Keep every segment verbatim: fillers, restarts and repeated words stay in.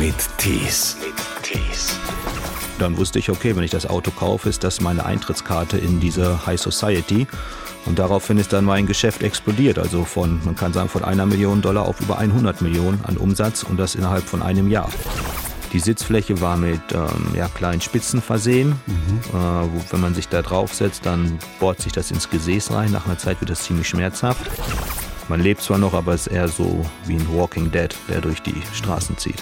mit Tees. Dann wusste ich, okay, wenn ich das Auto kaufe, ist das meine Eintrittskarte in diese High Society. Und daraufhin ist dann mein Geschäft explodiert. Also von, man kann sagen, von einer Million Dollar auf über hundert Millionen an Umsatz und das innerhalb von einem Jahr. Die Sitzfläche war mit ähm, ja, kleinen Spitzen versehen. Mhm. Äh, wo, wenn man sich da draufsetzt, dann bohrt sich das ins Gesäß rein. Nach einer Zeit wird das ziemlich schmerzhaft. Man lebt zwar noch, aber es ist eher so wie ein Walking Dead, der durch die Straßen zieht.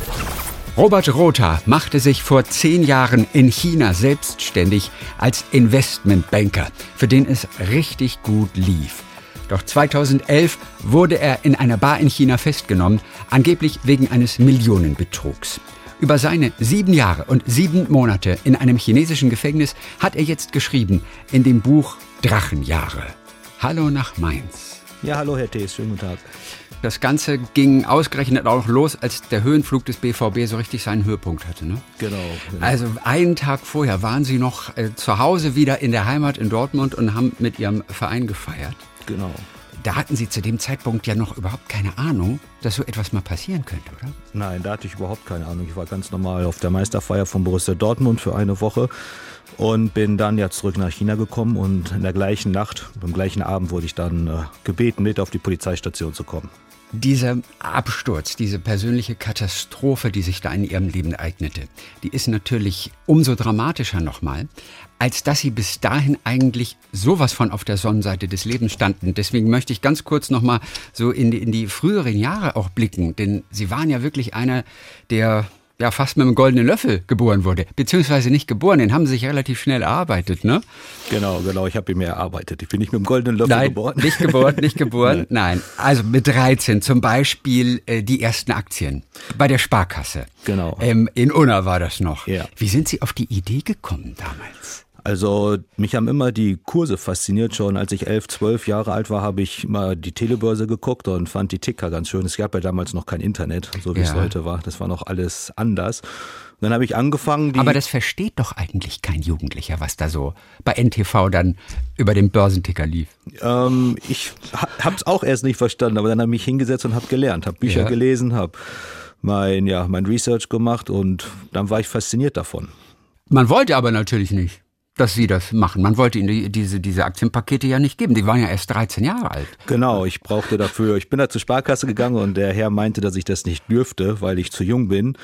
Robert Rother machte sich vor zehn Jahren in China selbstständig als Investmentbanker, für den es richtig gut lief. Doch zweitausendelf wurde er in einer Bar in China festgenommen, angeblich wegen eines Millionenbetrugs. Über seine sieben Jahre und sieben Monate in einem chinesischen Gefängnis hat er jetzt geschrieben in dem Buch Drachenjahre. Hallo nach Mainz. Ja, hallo Herr Thees, schönen guten Tag. Das Ganze ging ausgerechnet auch los, als der Höhenflug des B V B so richtig seinen Höhepunkt hatte, ne? Genau. genau. Also einen Tag vorher waren Sie noch äh, zu Hause wieder in der Heimat in Dortmund und haben mit Ihrem Verein gefeiert. Genau. Da hatten Sie zu dem Zeitpunkt ja noch überhaupt keine Ahnung, dass so etwas mal passieren könnte, oder? Nein, da hatte ich überhaupt keine Ahnung. Ich war ganz normal auf der Meisterfeier von Borussia Dortmund für eine Woche und bin dann ja zurück nach China gekommen und in der gleichen Nacht, am gleichen Abend wurde ich dann äh, gebeten, mit auf die Polizeistation zu kommen. Dieser Absturz, diese persönliche Katastrophe, die sich da in Ihrem Leben ereignete, die ist natürlich umso dramatischer nochmal, als dass Sie bis dahin eigentlich sowas von auf der Sonnenseite des Lebens standen. Deswegen möchte ich ganz kurz nochmal so in die, in die früheren Jahre auch blicken, denn Sie waren ja wirklich einer, der ja fast mit einem goldenen Löffel geboren wurde, beziehungsweise nicht geboren, den haben Sie sich relativ schnell erarbeitet, ne? Genau, genau, ich habe ihn mir erarbeitet. Ich bin nicht mit dem goldenen Löffel Nein, geboren. nicht geboren, nicht geboren, nein. Also mit dreizehn zum Beispiel äh, die ersten Aktien bei der Sparkasse. Genau. Ähm, in Unna war das noch. Ja. Wie sind Sie auf die Idee gekommen damals? Also mich haben immer die Kurse fasziniert. Schon als ich elf, zwölf Jahre alt war, habe ich immer die Telebörse geguckt und fand die Ticker ganz schön. Es gab ja damals noch kein Internet, so wie Ja. es heute war. Das war noch alles anders. Und dann habe ich angefangen, die... Aber das versteht doch eigentlich kein Jugendlicher, was da so bei N T V dann über den Börsenticker lief. Ähm, ich ha- habe es auch erst nicht verstanden, aber dann habe ich mich hingesetzt und habe gelernt, habe Bücher Ja. gelesen, habe mein, ja, mein Research gemacht und dann war ich fasziniert davon. Man wollte aber natürlich nicht, dass Sie das machen. Man wollte Ihnen die, diese, diese Aktienpakete ja nicht geben. Die waren ja erst dreizehn Jahre alt. Genau, ich brauchte dafür, ich bin da zur Sparkasse gegangen und der Herr meinte, dass ich das nicht dürfte, weil ich zu jung bin.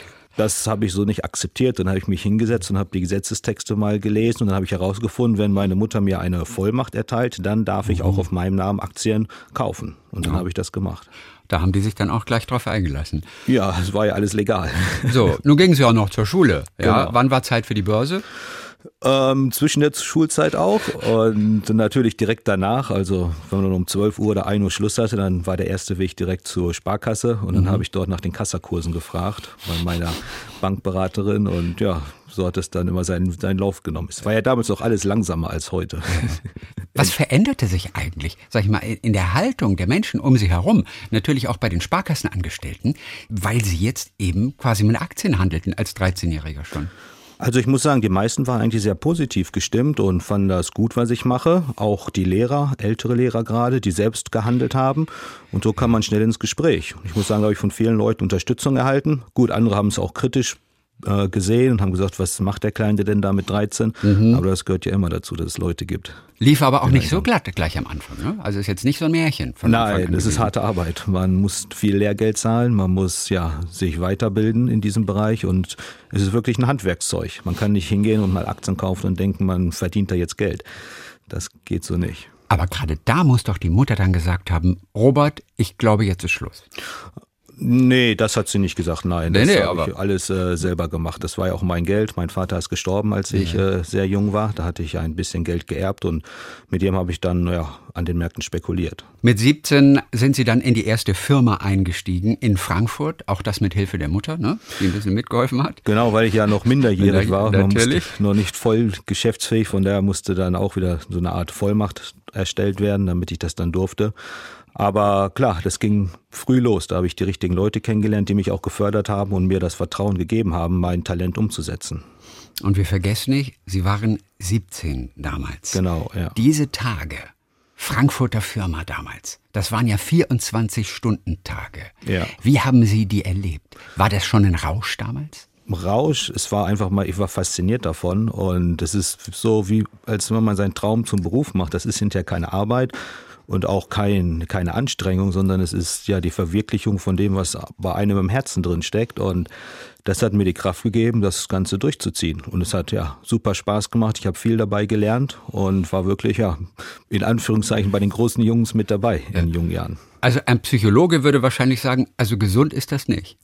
Das habe ich so nicht akzeptiert. Dann habe ich mich hingesetzt und habe die Gesetzestexte mal gelesen und dann habe ich herausgefunden, wenn meine Mutter mir eine Vollmacht erteilt, dann darf ich auch auf meinem Namen Aktien kaufen. Und dann Ja. habe ich das gemacht. Da haben die sich dann auch gleich drauf eingelassen. Ja, es war ja alles legal. So, nun gingen Sie auch noch zur Schule. Ja, Genau. wann war Zeit für die Börse? Ähm, zwischen der Schulzeit auch und natürlich direkt danach, also wenn man um zwölf Uhr oder ein Uhr Schluss hatte, dann war der erste Weg direkt zur Sparkasse und dann mhm. habe ich dort nach den Kassakursen gefragt bei meiner Bankberaterin und ja, so hat es dann immer seinen, seinen Lauf genommen. Es war ja damals auch alles langsamer als heute. Was veränderte sich eigentlich, sag ich mal, in der Haltung der Menschen um Sie herum, natürlich auch bei den Sparkassenangestellten, weil Sie jetzt eben quasi mit Aktien handelten als dreizehnjähriger schon? Also ich muss sagen, die meisten waren eigentlich sehr positiv gestimmt und fanden das gut, was ich mache. Auch die Lehrer, ältere Lehrer gerade, die selbst gehandelt haben. Und so kam man schnell ins Gespräch. Ich muss sagen, da habe ich von vielen Leuten Unterstützung erhalten. Gut, andere haben es auch kritisch äh, gesehen und haben gesagt, was macht der Kleine denn da mit dreizehn? Mhm. Aber das gehört ja immer dazu, dass es Leute gibt. Lief aber auch nicht so glatt gleich am Anfang, ne? Also ist jetzt nicht so ein Märchen. Von Nein, das ist harte Arbeit. Man muss viel Lehrgeld zahlen, man muss ja sich weiterbilden in diesem Bereich und es ist wirklich ein Handwerkszeug. Man kann nicht hingehen und mal Aktien kaufen und denken, man verdient da jetzt Geld. Das geht so nicht. Aber gerade da muss doch die Mutter dann gesagt haben, Robert, ich glaube, jetzt ist Schluss. Nee, das hat sie nicht gesagt, nein. Das nee, nee, habe aber ich alles äh, selber gemacht. Das war ja auch mein Geld. Mein Vater ist gestorben, als ich ja. äh, sehr jung war. Da hatte ich ein bisschen Geld geerbt und mit dem habe ich dann ja, an den Märkten spekuliert. Mit siebzehn sind Sie dann in die erste Firma eingestiegen in Frankfurt, auch das mit Hilfe der Mutter, ne? Die ein bisschen mitgeholfen hat. Genau, weil ich ja noch minderjährig war. Man Natürlich. musste noch nicht voll geschäftsfähig, von daher musste dann auch wieder so eine Art Vollmacht erstellt werden, damit ich das dann durfte. Aber klar, das ging früh los. Da habe ich die richtigen Leute kennengelernt, die mich auch gefördert haben und mir das Vertrauen gegeben haben, mein Talent umzusetzen. Und wir vergessen nicht, Sie waren siebzehn damals. Genau, ja. Diese Tage Frankfurter Firma damals. Das waren ja vierundzwanzig-Stunden-Tage. Ja. Wie haben Sie die erlebt? War das schon ein Rausch damals? Rausch, es war einfach mal, ich war fasziniert davon und es ist so wie, als wenn man seinen Traum zum Beruf macht. Das ist hinterher keine Arbeit und auch kein, keine Anstrengung, sondern es ist ja die Verwirklichung von dem, was bei einem im Herzen drin steckt, und das hat mir die Kraft gegeben, das Ganze durchzuziehen, und es hat ja super Spaß gemacht. Ich habe viel dabei gelernt und war wirklich, ja, in Anführungszeichen bei den großen Jungs mit dabei in ja. jungen Jahren. Also ein Psychologe würde wahrscheinlich sagen, also gesund ist das nicht.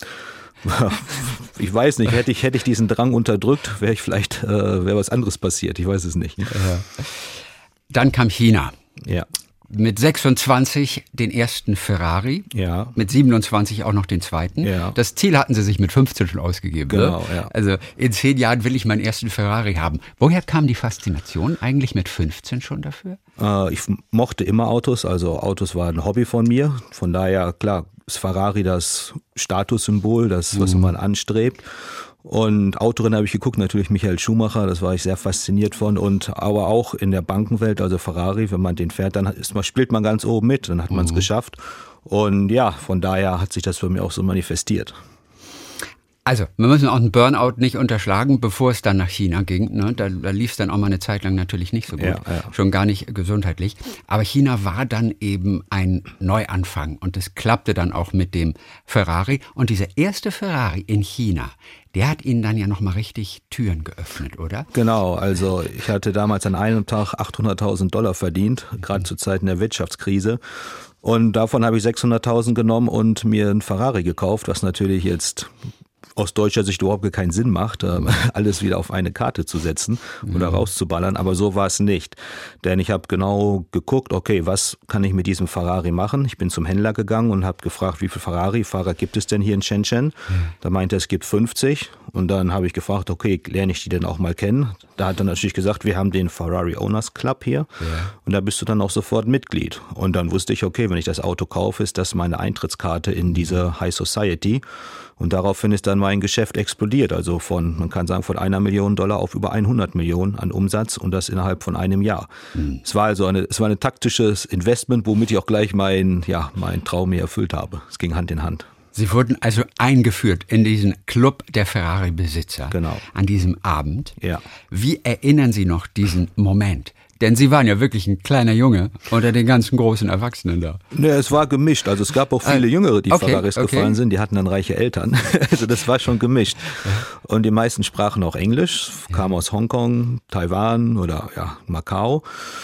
Ich weiß nicht, hätte ich, hätte ich diesen Drang unterdrückt, wäre ich vielleicht, äh, wäre was anderes passiert, ich weiß es nicht. Ja. Dann kam China. Ja. Mit sechsundzwanzig den ersten Ferrari, ja. mit siebenundzwanzig auch noch den zweiten. Ja. Das Ziel hatten Sie sich mit fünfzehn schon ausgegeben. Genau, ne? ja. Also in zehn Jahren will ich meinen ersten Ferrari haben. Woher kam die Faszination eigentlich mit fünfzehn schon dafür? Äh, ich mochte immer Autos, also Autos war ein Hobby von mir. Von daher, klar, ist Ferrari das Statussymbol, das, was mhm. man anstrebt. Und Autorennen habe ich geguckt, natürlich Michael Schumacher, das war ich sehr fasziniert von, und aber auch in der Bankenwelt, also Ferrari, wenn man den fährt, dann ist man, spielt man ganz oben mit, dann hat man es mhm. geschafft. Und ja, von daher hat sich das für mich auch so manifestiert. Also, wir müssen auch einen Burnout nicht unterschlagen, bevor es dann nach China ging. Ne? Da, da lief es dann auch mal eine Zeit lang natürlich nicht so gut, ja, ja. schon gar nicht gesundheitlich. Aber China war dann eben ein Neuanfang, und es klappte dann auch mit dem Ferrari. Und dieser erste Ferrari in China, der hat Ihnen dann ja nochmal richtig Türen geöffnet, oder? Genau, also ich hatte damals an einem Tag achthunderttausend Dollar verdient, gerade mhm. zu Zeiten der Wirtschaftskrise. Und davon habe ich sechshunderttausend genommen und mir einen Ferrari gekauft, was natürlich jetzt aus deutscher Sicht überhaupt keinen Sinn macht, alles wieder auf eine Karte zu setzen oder rauszuballern, aber so war es nicht. Denn ich habe genau geguckt, okay, was kann ich mit diesem Ferrari machen? Ich bin zum Händler gegangen und habe gefragt, wie viele Ferrari-Fahrer gibt es denn hier in Shenzhen? Da meinte er, es gibt fünfzig, und dann habe ich gefragt, okay, lerne ich die denn auch mal kennen? Da hat er natürlich gesagt, wir haben den Ferrari Owners Club hier, ja. und da bist du dann auch sofort Mitglied. Und dann wusste ich, okay, wenn ich das Auto kaufe, ist das meine Eintrittskarte in diese High Society. Und daraufhin ist dann mein Geschäft explodiert. Also von, man kann sagen, von einer Million Dollar auf über hundert Millionen an Umsatz, und das innerhalb von einem Jahr. Mhm. Es war also eine, es war ein taktisches Investment, womit ich auch gleich mein, ja, meinen Traum mir erfüllt habe. Es ging Hand in Hand. Sie wurden also eingeführt in diesen Club der Ferrari-Besitzer. Genau. An diesem Abend. Ja. Wie erinnern Sie noch diesen Moment? Denn Sie waren ja wirklich ein kleiner Junge unter den ganzen großen Erwachsenen da. Ne, es war gemischt. Also es gab auch viele Jüngere, die okay, Ferraris okay. gefahren sind. Die hatten dann reiche Eltern. Also das war schon gemischt. Und die meisten sprachen auch Englisch, kamen aus Hongkong, Taiwan oder ja, Macau.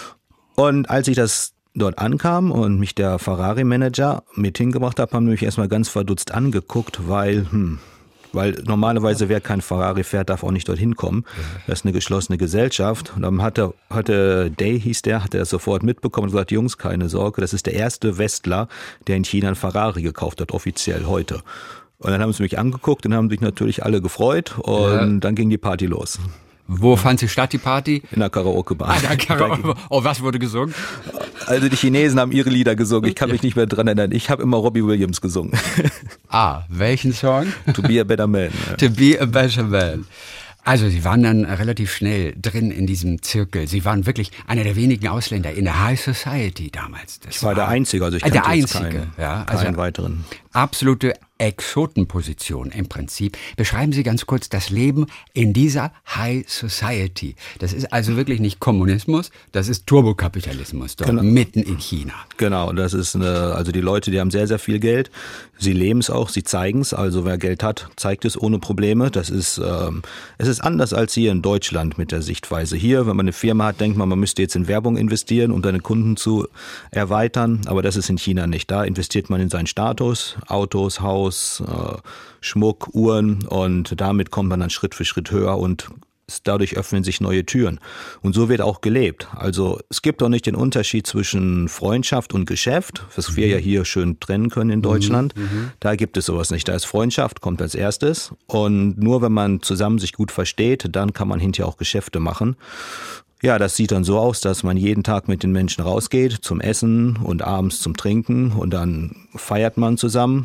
Und als ich das dort ankam und mich der Ferrari-Manager mit hingebracht hat, haben mich erstmal ganz verdutzt angeguckt, weil... Hm, Weil normalerweise, wer kein Ferrari fährt, darf auch nicht dorthin kommen. Das ist eine geschlossene Gesellschaft. Und dann hatte, hatte Day, hieß der, hat er das sofort mitbekommen und gesagt, Jungs, keine Sorge, das ist der erste Westler, der in China ein Ferrari gekauft hat, offiziell heute. Und dann haben sie mich angeguckt und haben sich natürlich alle gefreut, und ja. dann ging die Party los. Wo fand sie statt, die Party? In der Karaoke-Bar. Ah, der Karaoke. Oh, was wurde gesungen? Also die Chinesen haben ihre Lieder gesungen. Ich kann mich nicht mehr dran erinnern. Ich habe immer Robbie Williams gesungen. Ah, welchen Song? To be a better man. Ja. To be a better man. Also Sie waren dann relativ schnell drin in diesem Zirkel. Sie waren wirklich einer der wenigen Ausländer in der High Society damals. Das ich war, war der Einzige, also ich kannte der Einzige, keinen, ja, also keinen weiteren. Absolute Exotenposition im Prinzip. Beschreiben Sie ganz kurz das Leben in dieser High Society. Das ist also wirklich nicht Kommunismus, das ist Turbokapitalismus dort, genau. Mitten in China. Genau, das ist eine, also die Leute, die haben sehr, sehr viel Geld. Sie leben es auch, sie zeigen es. Also wer Geld hat, zeigt es ohne Probleme. Das ist, ähm, es ist anders als hier in Deutschland mit der Sichtweise. Hier, wenn man eine Firma hat, denkt man, man müsste jetzt in Werbung investieren, um seine Kunden zu erweitern. Aber das ist in China nicht. Da investiert man in seinen Status, Autos, Haus, äh, Schmuck, Uhren, und damit kommt man dann Schritt für Schritt höher, und dadurch öffnen sich neue Türen. Und so wird auch gelebt. Also es gibt auch nicht den Unterschied zwischen Freundschaft und Geschäft, was wir ja hier schön trennen können in Deutschland. Mhm, da gibt es sowas nicht. Da ist Freundschaft, kommt als erstes. Und nur wenn man zusammen sich gut versteht, dann kann man hinterher auch Geschäfte machen. Ja, das sieht dann so aus, dass man jeden Tag mit den Menschen rausgeht zum Essen und abends zum Trinken, und dann feiert man zusammen.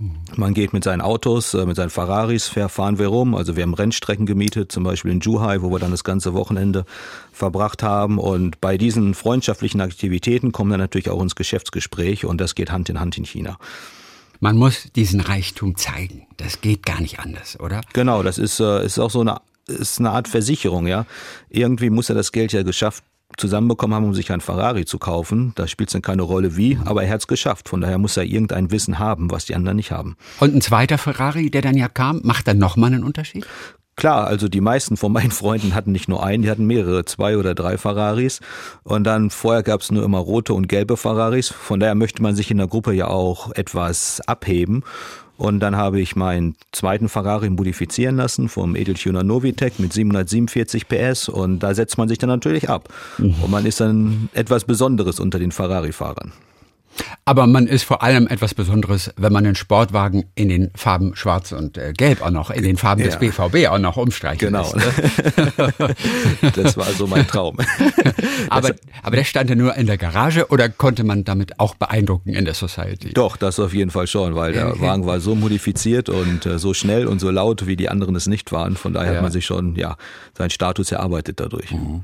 Man geht mit seinen Autos, mit seinen Ferraris, fahren wir rum. Also wir haben Rennstrecken gemietet, zum Beispiel in Zhuhai, wo wir dann das ganze Wochenende verbracht haben. Und bei diesen freundschaftlichen Aktivitäten kommen wir natürlich auch ins Geschäftsgespräch und das geht Hand in Hand in China. Man muss diesen Reichtum zeigen. Das geht gar nicht anders, oder? Genau, das ist, ist auch so eine, ist eine Art Versicherung, ja. Irgendwie muss er das Geld ja geschafft zusammenbekommen haben, um sich ein Ferrari zu kaufen. Da spielt es dann keine Rolle wie, aber er hat es geschafft. Von daher muss er irgendein Wissen haben, was die anderen nicht haben. Und ein zweiter Ferrari, der dann ja kam, macht dann nochmal einen Unterschied? Klar, also die meisten von meinen Freunden hatten nicht nur einen, die hatten mehrere, zwei oder drei Ferraris. Und dann vorher gab es nur immer rote und gelbe Ferraris. Von daher möchte man sich in der Gruppe ja auch etwas abheben. Und dann habe ich meinen zweiten Ferrari modifizieren lassen vom Edeltuner Novitec mit siebenhundertsiebenundvierzig P S und da setzt man sich dann natürlich ab. Mhm. Und man ist dann etwas Besonderes unter den Ferrari-Fahrern. Aber man ist vor allem etwas Besonderes, wenn man den Sportwagen in den Farben Schwarz und äh, Gelb auch noch, in den Farben ja. des B V B auch noch umstreichen Genau. lässt. Ne? Das war so mein Traum. aber, aber der stand ja nur in der Garage oder konnte man damit auch beeindrucken in der Society? Doch, das auf jeden Fall schon, weil der okay. Wagen war so modifiziert und äh, so schnell und so laut, wie die anderen es nicht waren. Von daher ja. hat man sich schon ja seinen Status erarbeitet dadurch. Mhm.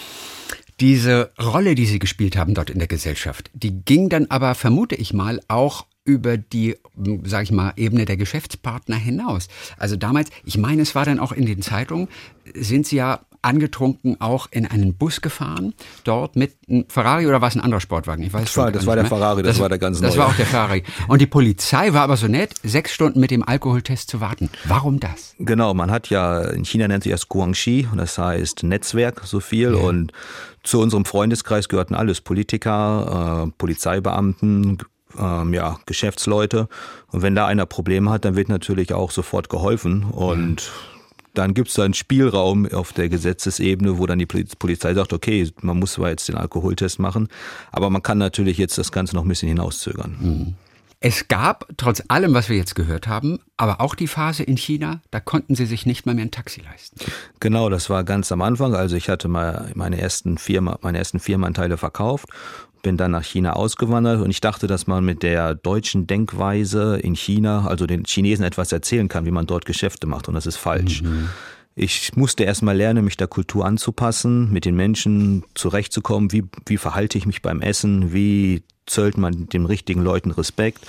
Diese Rolle, die Sie gespielt haben dort in der Gesellschaft, die ging dann aber, vermute ich mal, auch über die, sag ich mal, Ebene der Geschäftspartner hinaus. Also damals, ich meine, es war dann auch in den Zeitungen, sind Sie ja angetrunken auch in einen Bus gefahren, dort mit einem Ferrari oder war es ein anderer Sportwagen? Ich weiß das war, das war der Ferrari, das, das war der ganz neue. Das war auch der Ferrari. Und die Polizei war aber so nett, sechs Stunden mit dem Alkoholtest zu warten. Warum das? Genau, man hat ja, in China nennt sich das Guangxi, das heißt Netzwerk, so viel. Ja. Und zu unserem Freundeskreis gehörten alles Politiker, äh, Polizeibeamten, ähm, ja, Geschäftsleute. Und wenn da einer Probleme hat, dann wird natürlich auch sofort geholfen. Und ja. dann gibt es da einen Spielraum auf der Gesetzesebene, wo dann die Polizei sagt, okay, man muss zwar jetzt den Alkoholtest machen, aber man kann natürlich jetzt das Ganze noch ein bisschen hinauszögern. Mhm. Es gab, trotz allem, was wir jetzt gehört haben, aber auch die Phase in China, da konnten Sie sich nicht mal mehr ein Taxi leisten. Genau, das war ganz am Anfang. Also ich hatte mal meine ersten Firma, meine ersten Firmenanteile verkauft, bin dann nach China ausgewandert und ich dachte, dass man mit der deutschen Denkweise in China, also den Chinesen etwas erzählen kann, wie man dort Geschäfte macht, und das ist falsch. Mhm. Ich musste erst mal lernen, mich der Kultur anzupassen, mit den Menschen zurechtzukommen, wie, wie verhalte ich mich beim Essen, wie zollt man den richtigen Leuten Respekt,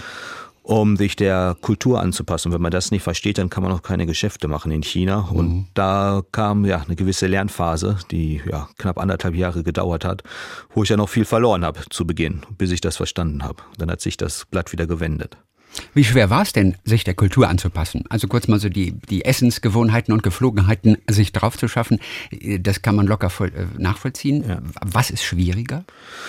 um sich der Kultur anzupassen. Und wenn man das nicht versteht, dann kann man auch keine Geschäfte machen in China. Und mhm. da kam ja eine gewisse Lernphase, die ja knapp anderthalb Jahre gedauert hat, wo ich ja noch viel verloren habe zu Beginn, bis ich das verstanden habe. Dann hat sich das Blatt wieder gewendet. Wie schwer war es denn, sich der Kultur anzupassen? Also kurz mal so die, die Essensgewohnheiten und Geflogenheiten sich drauf zu schaffen, das kann man locker voll, äh, nachvollziehen. Ja. Was ist schwieriger?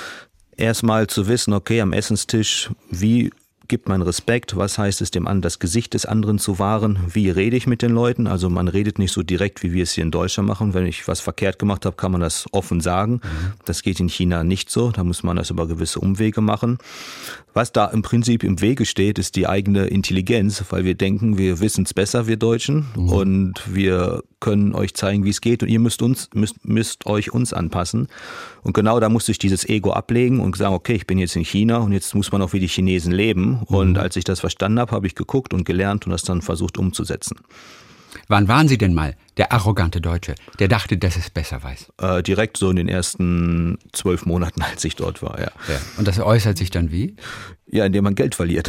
Erstmal zu wissen, okay, am Essenstisch, wie gibt man Respekt? Was heißt es, dem anderen das Gesicht des anderen zu wahren? Wie rede ich mit den Leuten? Also man redet nicht so direkt, wie wir es hier in Deutschland machen. Wenn ich was verkehrt gemacht habe, kann man das offen sagen. Mhm. Das geht in China nicht so. Da muss man das über gewisse Umwege machen. Was da im Prinzip im Wege steht, ist die eigene Intelligenz, weil wir denken, wir wissen es besser, wir Deutschen, mhm. und wir können euch zeigen, wie es geht, und ihr müsst uns müsst, müsst euch uns anpassen. Und genau da musste ich dieses Ego ablegen und sagen, okay, ich bin jetzt in China und jetzt muss man auch wie die Chinesen leben. Mhm. Und als ich das verstanden habe, habe ich geguckt und gelernt und das dann versucht umzusetzen. Wann waren Sie denn mal der arrogante Deutsche, der dachte, dass es besser weiß? Äh, direkt so in den ersten zwölf Monaten, als ich dort war, ja. ja. Und das äußert sich dann wie? Ja, indem man Geld verliert.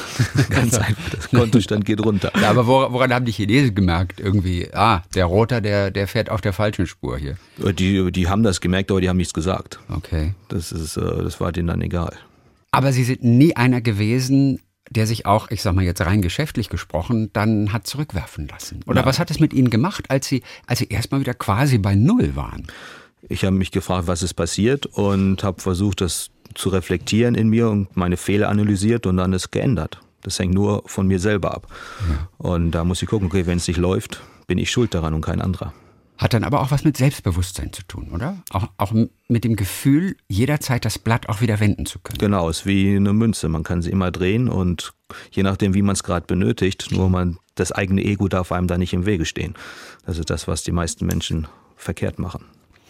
Ganz einfach, das Kontostand geht runter. Ja, aber woran haben die Chinesen gemerkt irgendwie, ah, der Roter, der, der fährt auf der falschen Spur hier? Die, die haben das gemerkt, aber die haben nichts gesagt. Okay. Das ist, das war denen dann egal. Aber Sie sind nie einer gewesen, der sich auch, ich sag mal jetzt rein geschäftlich gesprochen, dann hat zurückwerfen lassen. Oder ja. Was hat es mit Ihnen gemacht, als Sie, als Sie erstmal wieder quasi bei Null waren? Ich habe mich gefragt, was ist passiert, und habe versucht, das zu reflektieren in mir und meine Fehler analysiert und dann ist geändert. Das hängt nur von mir selber ab. Ja. Und da muss ich gucken, okay, wenn es nicht läuft, bin ich schuld daran und kein anderer. Hat dann aber auch was mit Selbstbewusstsein zu tun, oder? Auch, auch mit dem Gefühl, jederzeit das Blatt auch wieder wenden zu können. Genau, es ist wie eine Münze. Man kann sie immer drehen und je nachdem, wie man es gerade benötigt, nur man das eigene Ego darf einem da nicht im Wege stehen. Das ist das, was die meisten Menschen verkehrt machen.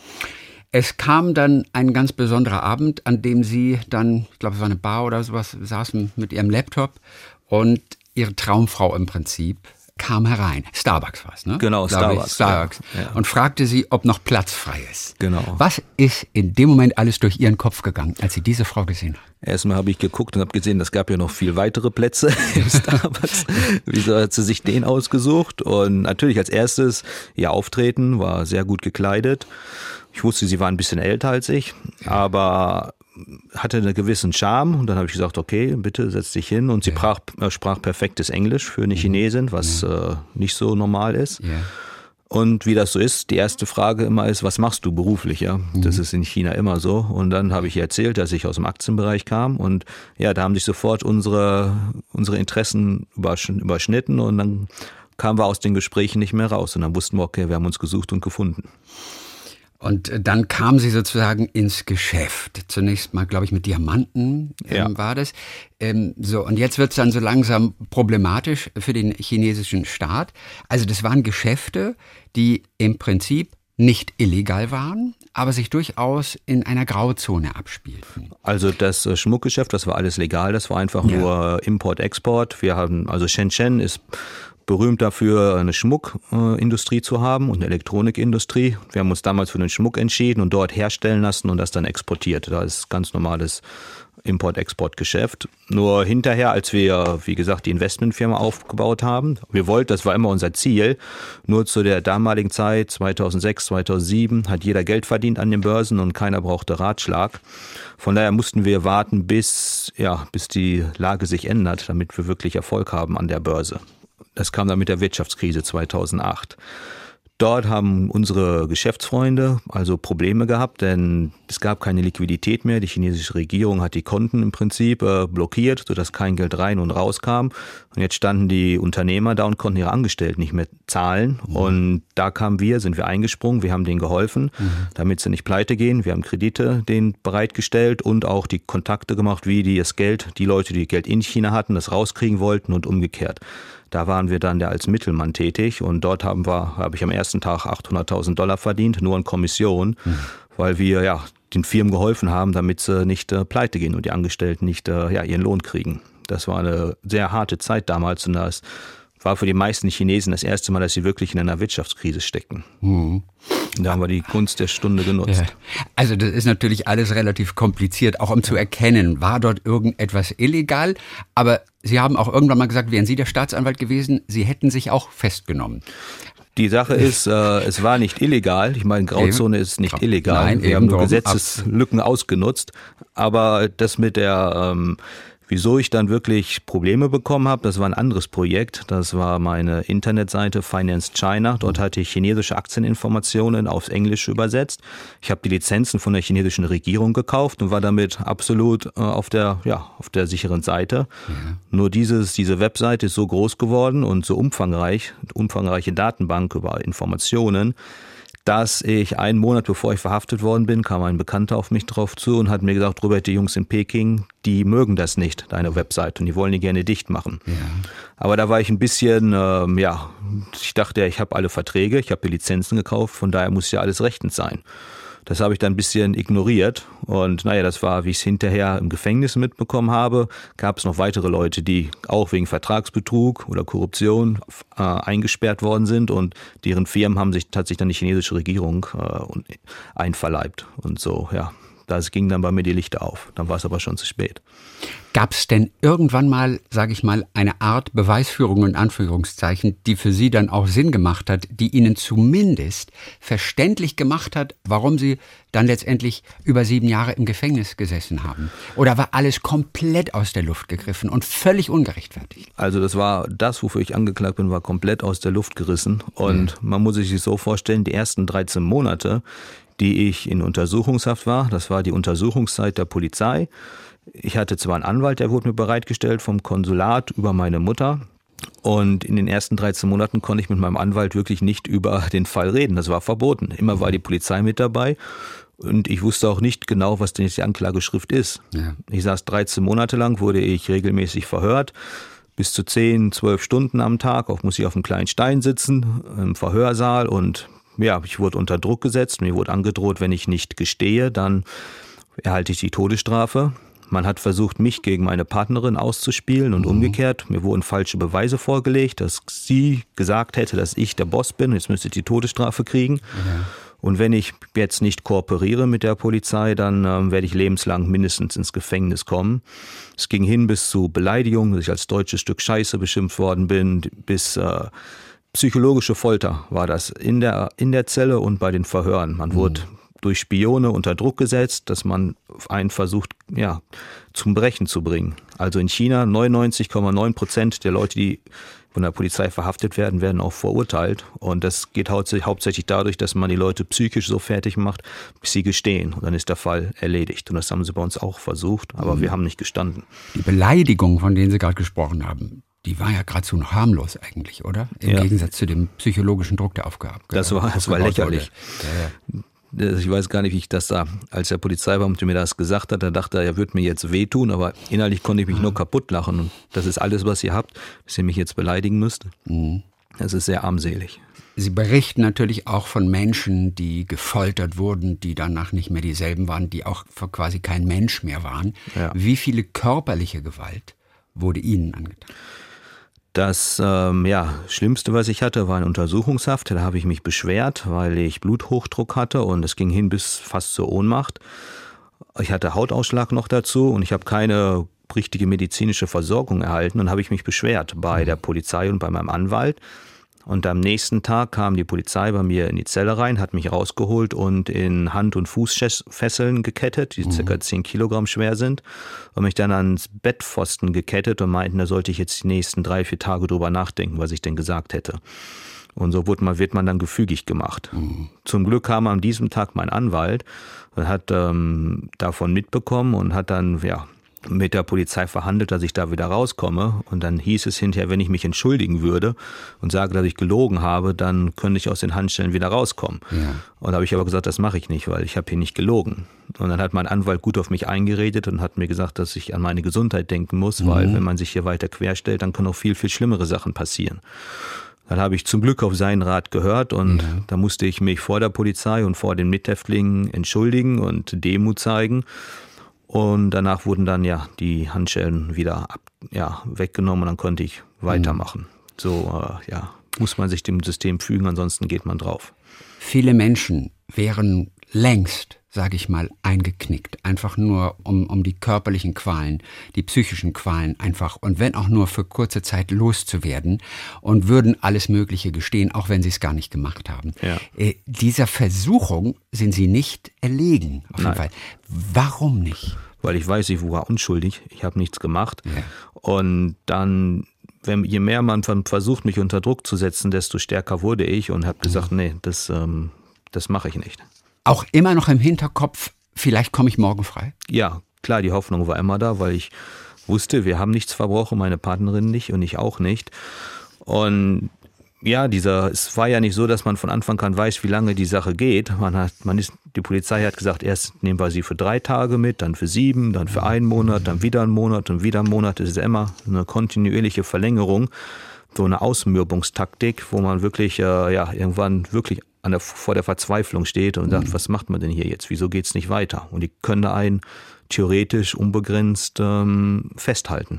Es kam dann ein ganz besonderer Abend, an dem Sie dann, ich glaube, es war eine Bar oder sowas, saßen mit Ihrem Laptop und Ihre Traumfrau im Prinzip kam herein. Starbucks war es, ne? Genau, Starbucks. Starbucks. Ja. Ja. Und fragte sie, ob noch Platz frei ist. Genau. Was ist in dem Moment alles durch Ihren Kopf gegangen, als Sie diese Frau gesehen haben? Erstmal habe ich geguckt und habe gesehen, es gab ja noch viel weitere Plätze im Starbucks. Wieso hat sie sich den ausgesucht? Und natürlich als erstes, ihr Auftreten war sehr gut gekleidet. Ich wusste, sie war ein bisschen älter als ich, aber hatte einen gewissen Charme. Und dann habe ich gesagt, okay, bitte setz dich hin. Und sie ja. sprach, äh, sprach perfektes Englisch für eine Chinesin, was ja. äh, nicht so normal ist. Ja. Und wie das so ist, die erste Frage immer ist, was machst du beruflich? Ja, mhm. Das ist in China immer so. Und dann habe ich ihr erzählt, dass ich aus dem Aktienbereich kam. Und ja, da haben sich sofort unsere, unsere Interessen überschnitten. Und dann kamen wir aus den Gesprächen nicht mehr raus. Und dann wussten wir, okay, wir haben uns gesucht und gefunden. Und dann kam sie sozusagen ins Geschäft. Zunächst mal, glaube ich, mit Diamanten ähm, ja. war das. Ähm, so, und jetzt wird es dann so langsam problematisch für den chinesischen Staat. Also das waren Geschäfte, die im Prinzip nicht illegal waren, aber sich durchaus in einer Grauzone abspielten. Also das äh, Schmuckgeschäft, das war alles legal. Das war einfach ja. nur Import-Export. Wir haben, also Shenzhen ist berühmt dafür, eine Schmuckindustrie zu haben und eine Elektronikindustrie. Wir haben uns damals für den Schmuck entschieden und dort herstellen lassen und das dann exportiert. Das ist ganz normales Import-Export-Geschäft. Nur hinterher, als wir, wie gesagt, die Investmentfirma aufgebaut haben, wir wollten, das war immer unser Ziel, nur zu der damaligen Zeit, zweitausendsechs, zweitausendsieben, hat jeder Geld verdient an den Börsen und keiner brauchte Ratschlag. Von daher mussten wir warten, bis, ja, bis die Lage sich ändert, damit wir wirklich Erfolg haben an der Börse. Das kam dann mit der Wirtschaftskrise zweitausendacht. Dort haben unsere Geschäftsfreunde also Probleme gehabt, denn es gab keine Liquidität mehr. Die chinesische Regierung hat die Konten im Prinzip äh, blockiert, sodass kein Geld rein und raus kam. Und jetzt standen die Unternehmer da und konnten ihre Angestellten nicht mehr zahlen. Mhm. Und da kamen wir, sind wir eingesprungen, wir haben denen geholfen, mhm. damit sie nicht pleite gehen. Wir haben Kredite denen bereitgestellt und auch die Kontakte gemacht, wie die das Geld, die Leute, die Geld in China hatten, das rauskriegen wollten und umgekehrt. Da waren wir dann ja als Mittelmann tätig und dort haben wir, habe ich am ersten Tag achthunderttausend Dollar verdient, nur in Kommission, mhm. weil wir ja den Firmen geholfen haben, damit sie nicht äh, pleite gehen und die Angestellten nicht äh, ja, ihren Lohn kriegen. Das war eine sehr harte Zeit damals und das war für die meisten Chinesen das erste Mal, dass sie wirklich in einer Wirtschaftskrise stecken. Mhm. Da haben wir die Gunst der Stunde genutzt. Ja. Also das ist natürlich alles relativ kompliziert, auch um zu erkennen, war dort irgendetwas illegal. Aber Sie haben auch irgendwann mal gesagt, wären Sie der Staatsanwalt gewesen, Sie hätten sich auch festgenommen. Die Sache ist, äh, es war nicht illegal. Ich meine, Grauzone ist nicht illegal. Nein, wir haben nur drum. Gesetzeslücken ausgenutzt. Aber das mit der... Ähm, Wieso ich dann wirklich Probleme bekommen habe, das war ein anderes Projekt. Das war meine Internetseite Finance China. Dort hatte ich chinesische Aktieninformationen aufs Englische übersetzt. Ich habe die Lizenzen von der chinesischen Regierung gekauft und war damit absolut äh, auf der, ja, auf der sicheren Seite. Ja. Nur dieses, diese Webseite ist so groß geworden und so umfangreich, umfangreiche Datenbank über Informationen, dass ich einen Monat bevor ich verhaftet worden bin, kam ein Bekannter auf mich drauf zu und hat mir gesagt, Robert, die Jungs in Peking, die mögen das nicht, deine Website, und die wollen die gerne dicht machen. Ja. Aber da war ich ein bisschen, ähm, ja, ich dachte, ich habe alle Verträge, ich habe die Lizenzen gekauft, von daher muss ja alles rechtens sein. Das habe ich dann ein bisschen ignoriert und naja, das war, wie ich es hinterher im Gefängnis mitbekommen habe, gab es noch weitere Leute, die auch wegen Vertragsbetrug oder Korruption äh, eingesperrt worden sind und deren Firmen haben sich tatsächlich dann die chinesische Regierung äh, einverleibt und so, ja. Das ging dann bei mir die Lichter auf. Dann war es aber schon zu spät. Gab es denn irgendwann mal, sage ich mal, eine Art Beweisführung in Anführungszeichen, die für Sie dann auch Sinn gemacht hat, die Ihnen zumindest verständlich gemacht hat, warum Sie dann letztendlich über sieben Jahre im Gefängnis gesessen haben? Oder war alles komplett aus der Luft gegriffen und völlig ungerechtfertigt? Also das war das, wofür ich angeklagt bin, war komplett aus der Luft gerissen. Und mhm. man muss sich so vorstellen, die ersten dreizehn Monate, die ich in Untersuchungshaft war. Das war die Untersuchungszeit der Polizei. Ich hatte zwar einen Anwalt, der wurde mir bereitgestellt vom Konsulat über meine Mutter. Und in den ersten dreizehn Monaten konnte ich mit meinem Anwalt wirklich nicht über den Fall reden. Das war verboten. Immer war die Polizei mit dabei. Und ich wusste auch nicht genau, was denn jetzt die Anklageschrift ist. Ja. Ich saß dreizehn Monate lang, wurde ich regelmäßig verhört. Bis zu zehn, zwölf Stunden am Tag. Auch muss ich auf einem kleinen Stein sitzen, im Verhörsaal, und ja, ich wurde unter Druck gesetzt. Mir wurde angedroht, wenn ich nicht gestehe, dann erhalte ich die Todesstrafe. Man hat versucht, mich gegen meine Partnerin auszuspielen und mhm. umgekehrt. Mir wurden falsche Beweise vorgelegt, dass sie gesagt hätte, dass ich der Boss bin. Jetzt müsste ich die Todesstrafe kriegen. Ja. Und wenn ich jetzt nicht kooperiere mit der Polizei, dann ähm, werde ich lebenslang mindestens ins Gefängnis kommen. Es ging hin bis zu Beleidigung, dass ich als deutsches Stück Scheiße beschimpft worden bin, bis äh, psychologische Folter war das in der, in der Zelle und bei den Verhören. Man mhm. wurde durch Spione unter Druck gesetzt, dass man einen versucht, ja, zum Brechen zu bringen. Also in China neunundneunzig Komma neun Prozent der Leute, die von der Polizei verhaftet werden, werden auch verurteilt. Und das geht hauptsächlich dadurch, dass man die Leute psychisch so fertig macht, bis sie gestehen. Und dann ist der Fall erledigt. Und das haben sie bei uns auch versucht, aber mhm. wir haben nicht gestanden. Die Beleidigung, von denen Sie gerade gesprochen haben, die war ja geradezu noch harmlos eigentlich, oder? Im ja. Gegensatz zu dem psychologischen Druck, der aufgehabt Das war, das war lächerlich. Ja, ja. Ich weiß gar nicht, wie ich das da, als der Polizeibeamte mir das gesagt hat, da dachte er, er würde mir jetzt wehtun, aber innerlich konnte ich mich nur kaputt lachen. Und das ist alles, was ihr habt, dass ihr mich jetzt beleidigen müsst. Mhm. Das ist sehr armselig. Sie berichten natürlich auch von Menschen, die gefoltert wurden, die danach nicht mehr dieselben waren, die auch quasi kein Mensch mehr waren. Ja. Wie viele körperliche Gewalt wurde Ihnen angetan? Das ähm, ja, Schlimmste, was ich hatte, war eine Untersuchungshaft. Da habe ich mich beschwert, weil ich Bluthochdruck hatte und es ging hin bis fast zur Ohnmacht. Ich hatte Hautausschlag noch dazu und ich habe keine richtige medizinische Versorgung erhalten. Dann habe ich mich beschwert bei der Polizei und bei meinem Anwalt. Und am nächsten Tag kam die Polizei bei mir in die Zelle rein, hat mich rausgeholt und in Hand- und Fußfesseln gekettet, die circa zehn Kilogramm schwer sind, und mich dann ans Bettpfosten gekettet und meinten, da sollte ich jetzt die nächsten drei, vier Tage drüber nachdenken, was ich denn gesagt hätte. Und so wird man, wird man dann gefügig gemacht. Mhm. Zum Glück kam an diesem Tag mein Anwalt und hat ähm, davon mitbekommen und hat dann, ja, mit der Polizei verhandelt, dass ich da wieder rauskomme. Und dann hieß es hinterher, wenn ich mich entschuldigen würde und sage, dass ich gelogen habe, dann könnte ich aus den Handschellen wieder rauskommen. Ja. Und da habe ich aber gesagt, das mache ich nicht, weil ich habe hier nicht gelogen. Und dann hat mein Anwalt gut auf mich eingeredet und hat mir gesagt, dass ich an meine Gesundheit denken muss, mhm. weil wenn man sich hier weiter querstellt, dann können auch viel, viel schlimmere Sachen passieren. Dann habe ich zum Glück auf seinen Rat gehört und ja. da musste ich mich vor der Polizei und vor den Mithäftlingen entschuldigen und Demut zeigen. Und danach wurden dann ja die Handschellen wieder ab, ja, weggenommen und dann konnte ich weitermachen. Mhm. So äh, ja, muss man sich dem System fügen, ansonsten geht man drauf. Viele Menschen wären längst, sage ich mal, eingeknickt. Einfach nur um, um die körperlichen Qualen, die psychischen Qualen einfach und wenn auch nur für kurze Zeit loszuwerden und würden alles Mögliche gestehen, auch wenn sie es gar nicht gemacht haben. Ja. Äh, dieser Versuchung sind sie nicht erlegen, auf jeden Fall. Warum nicht? Weil ich weiß, ich war unschuldig, ich habe nichts gemacht. Ja. Und dann, wenn, je mehr man versucht, mich unter Druck zu setzen, desto stärker wurde ich und habe gesagt, mhm. nee, das, ähm, das mache ich nicht. Auch immer noch im Hinterkopf, vielleicht komme ich morgen frei? Ja, klar, die Hoffnung war immer da, weil ich wusste, wir haben nichts verbrochen, meine Partnerin nicht und ich auch nicht. Und ja, dieser, es war ja nicht so, dass man von Anfang an weiß, wie lange die Sache geht. Man hat, man ist, die Polizei hat gesagt, erst nehmen wir sie für drei Tage mit, dann für sieben, dann für einen Monat, dann wieder einen Monat und wieder einen Monat. Das ist immer eine kontinuierliche Verlängerung, so eine Ausmürbungstaktik, wo man wirklich äh, ja irgendwann wirklich an der, vor der Verzweiflung steht und sagt, mhm. was macht man denn hier jetzt? Wieso geht's nicht weiter? Und die können einen theoretisch unbegrenzt ähm, festhalten.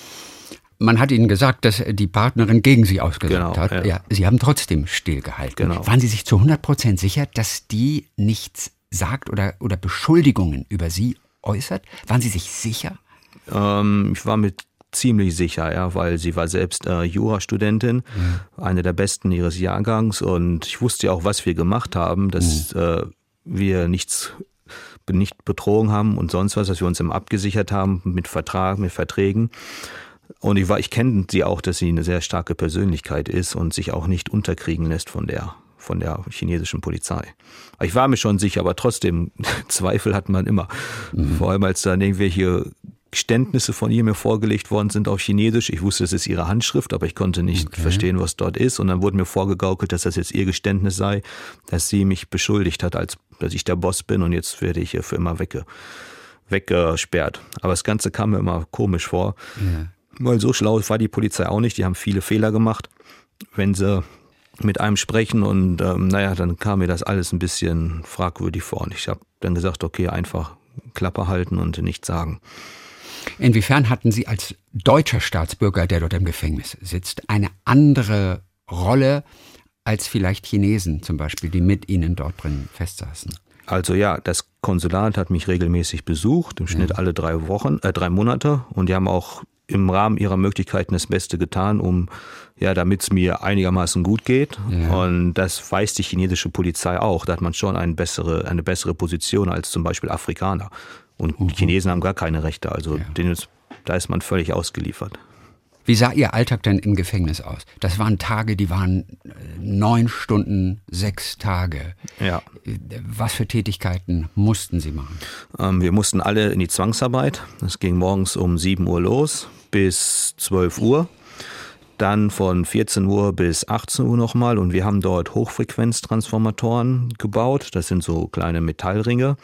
Man hat Ihnen gesagt, dass die Partnerin gegen Sie ausgesagt genau, hat. Ja. Ja, Sie haben trotzdem stillgehalten. Genau. Waren Sie sich zu hundert Prozent sicher, dass die nichts sagt oder, oder Beschuldigungen über Sie äußert? Waren Sie sich sicher? Ähm, ich war mit ziemlich sicher, ja, weil sie war selbst äh, Jurastudentin, mhm. eine der besten ihres Jahrgangs und ich wusste ja auch, was wir gemacht haben, dass mhm. äh, wir nichts nicht betrogen haben und sonst was, dass wir uns immer abgesichert haben mit Vertrag, mit Verträgen. Und ich war, ich kenne sie auch, dass sie eine sehr starke Persönlichkeit ist und sich auch nicht unterkriegen lässt von der von der chinesischen Polizei. Ich war mir schon sicher, aber trotzdem Zweifel hat man immer. Mhm. Vor allem als dann irgendwelche Geständnisse von ihr mir vorgelegt worden sind auf Chinesisch. Ich wusste, es ist ihre Handschrift, aber ich konnte nicht okay. verstehen, was dort ist. Und dann wurde mir vorgegaukelt, dass das jetzt ihr Geständnis sei, dass sie mich beschuldigt hat, als dass ich der Boss bin und jetzt werde ich hier für immer wegge, weggesperrt. Aber das Ganze kam mir immer komisch vor, ja. weil so schlau war die Polizei auch nicht. Die haben viele Fehler gemacht, wenn sie mit einem sprechen und ähm, naja, dann kam mir das alles ein bisschen fragwürdig vor. Und ich habe dann gesagt, okay, einfach Klappe halten und nichts sagen. Inwiefern hatten Sie als deutscher Staatsbürger, der dort im Gefängnis sitzt, eine andere Rolle als vielleicht Chinesen zum Beispiel, die mit Ihnen dort drin festsaßen? Also ja, das Konsulat hat mich regelmäßig besucht, im Schnitt ja. alle drei Wochen, äh, drei Monate. Und die haben auch im Rahmen ihrer Möglichkeiten das Beste getan, um ja, damit es mir einigermaßen gut geht. Ja. Und das weiß die chinesische Polizei auch. Da hat man schon eine bessere, eine bessere Position als zum Beispiel Afrikaner. Und mhm. die Chinesen haben gar keine Rechte. Also ja. denen ist, da ist man völlig ausgeliefert. Wie sah Ihr Alltag denn im Gefängnis aus? Das waren Tage, die waren neun Stunden, sechs Tage. Ja. Was für Tätigkeiten mussten Sie machen? Ähm, wir mussten alle in die Zwangsarbeit. Das ging morgens um sieben Uhr los bis zwölf Uhr. Dann von vierzehn Uhr bis achtzehn Uhr nochmal. Und wir haben dort Hochfrequenztransformatoren gebaut. Das sind so kleine Metallringe.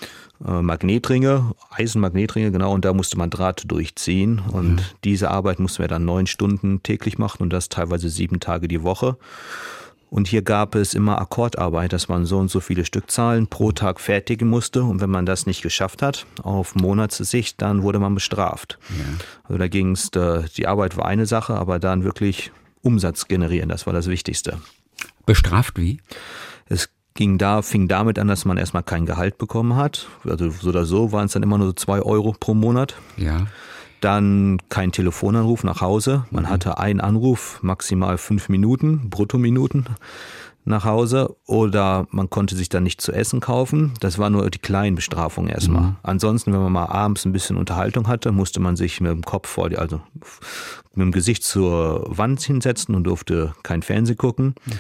Magnetringe, Eisenmagnetringe, genau, und da musste man Draht durchziehen. Und mhm. diese Arbeit mussten wir dann neun Stunden täglich machen und das teilweise sieben Tage die Woche. Und hier gab es immer Akkordarbeit, dass man so und so viele Stückzahlen pro Tag fertigen musste. Und wenn man das nicht geschafft hat, auf Monatssicht, dann wurde man bestraft. Ja. Also da ging es, die Arbeit war eine Sache, aber dann wirklich Umsatz generieren, das war das Wichtigste. Bestraft wie? Es ging da, fing damit an, dass man erstmal kein Gehalt bekommen hat. Also so oder so waren es dann immer nur so zwei Euro pro Monat. Ja. Dann kein Telefonanruf nach Hause. Man mhm. hatte einen Anruf, maximal fünf Minuten, Bruttominuten nach Hause. Oder man konnte sich dann nicht zu essen kaufen. Das war nur die kleinen Bestrafungen erstmal. Mhm. Ansonsten, wenn man mal abends ein bisschen Unterhaltung hatte, musste man sich mit dem Kopf vor die, also mit dem Gesicht zur Wand hinsetzen und durfte kein Fernsehen gucken. Okay.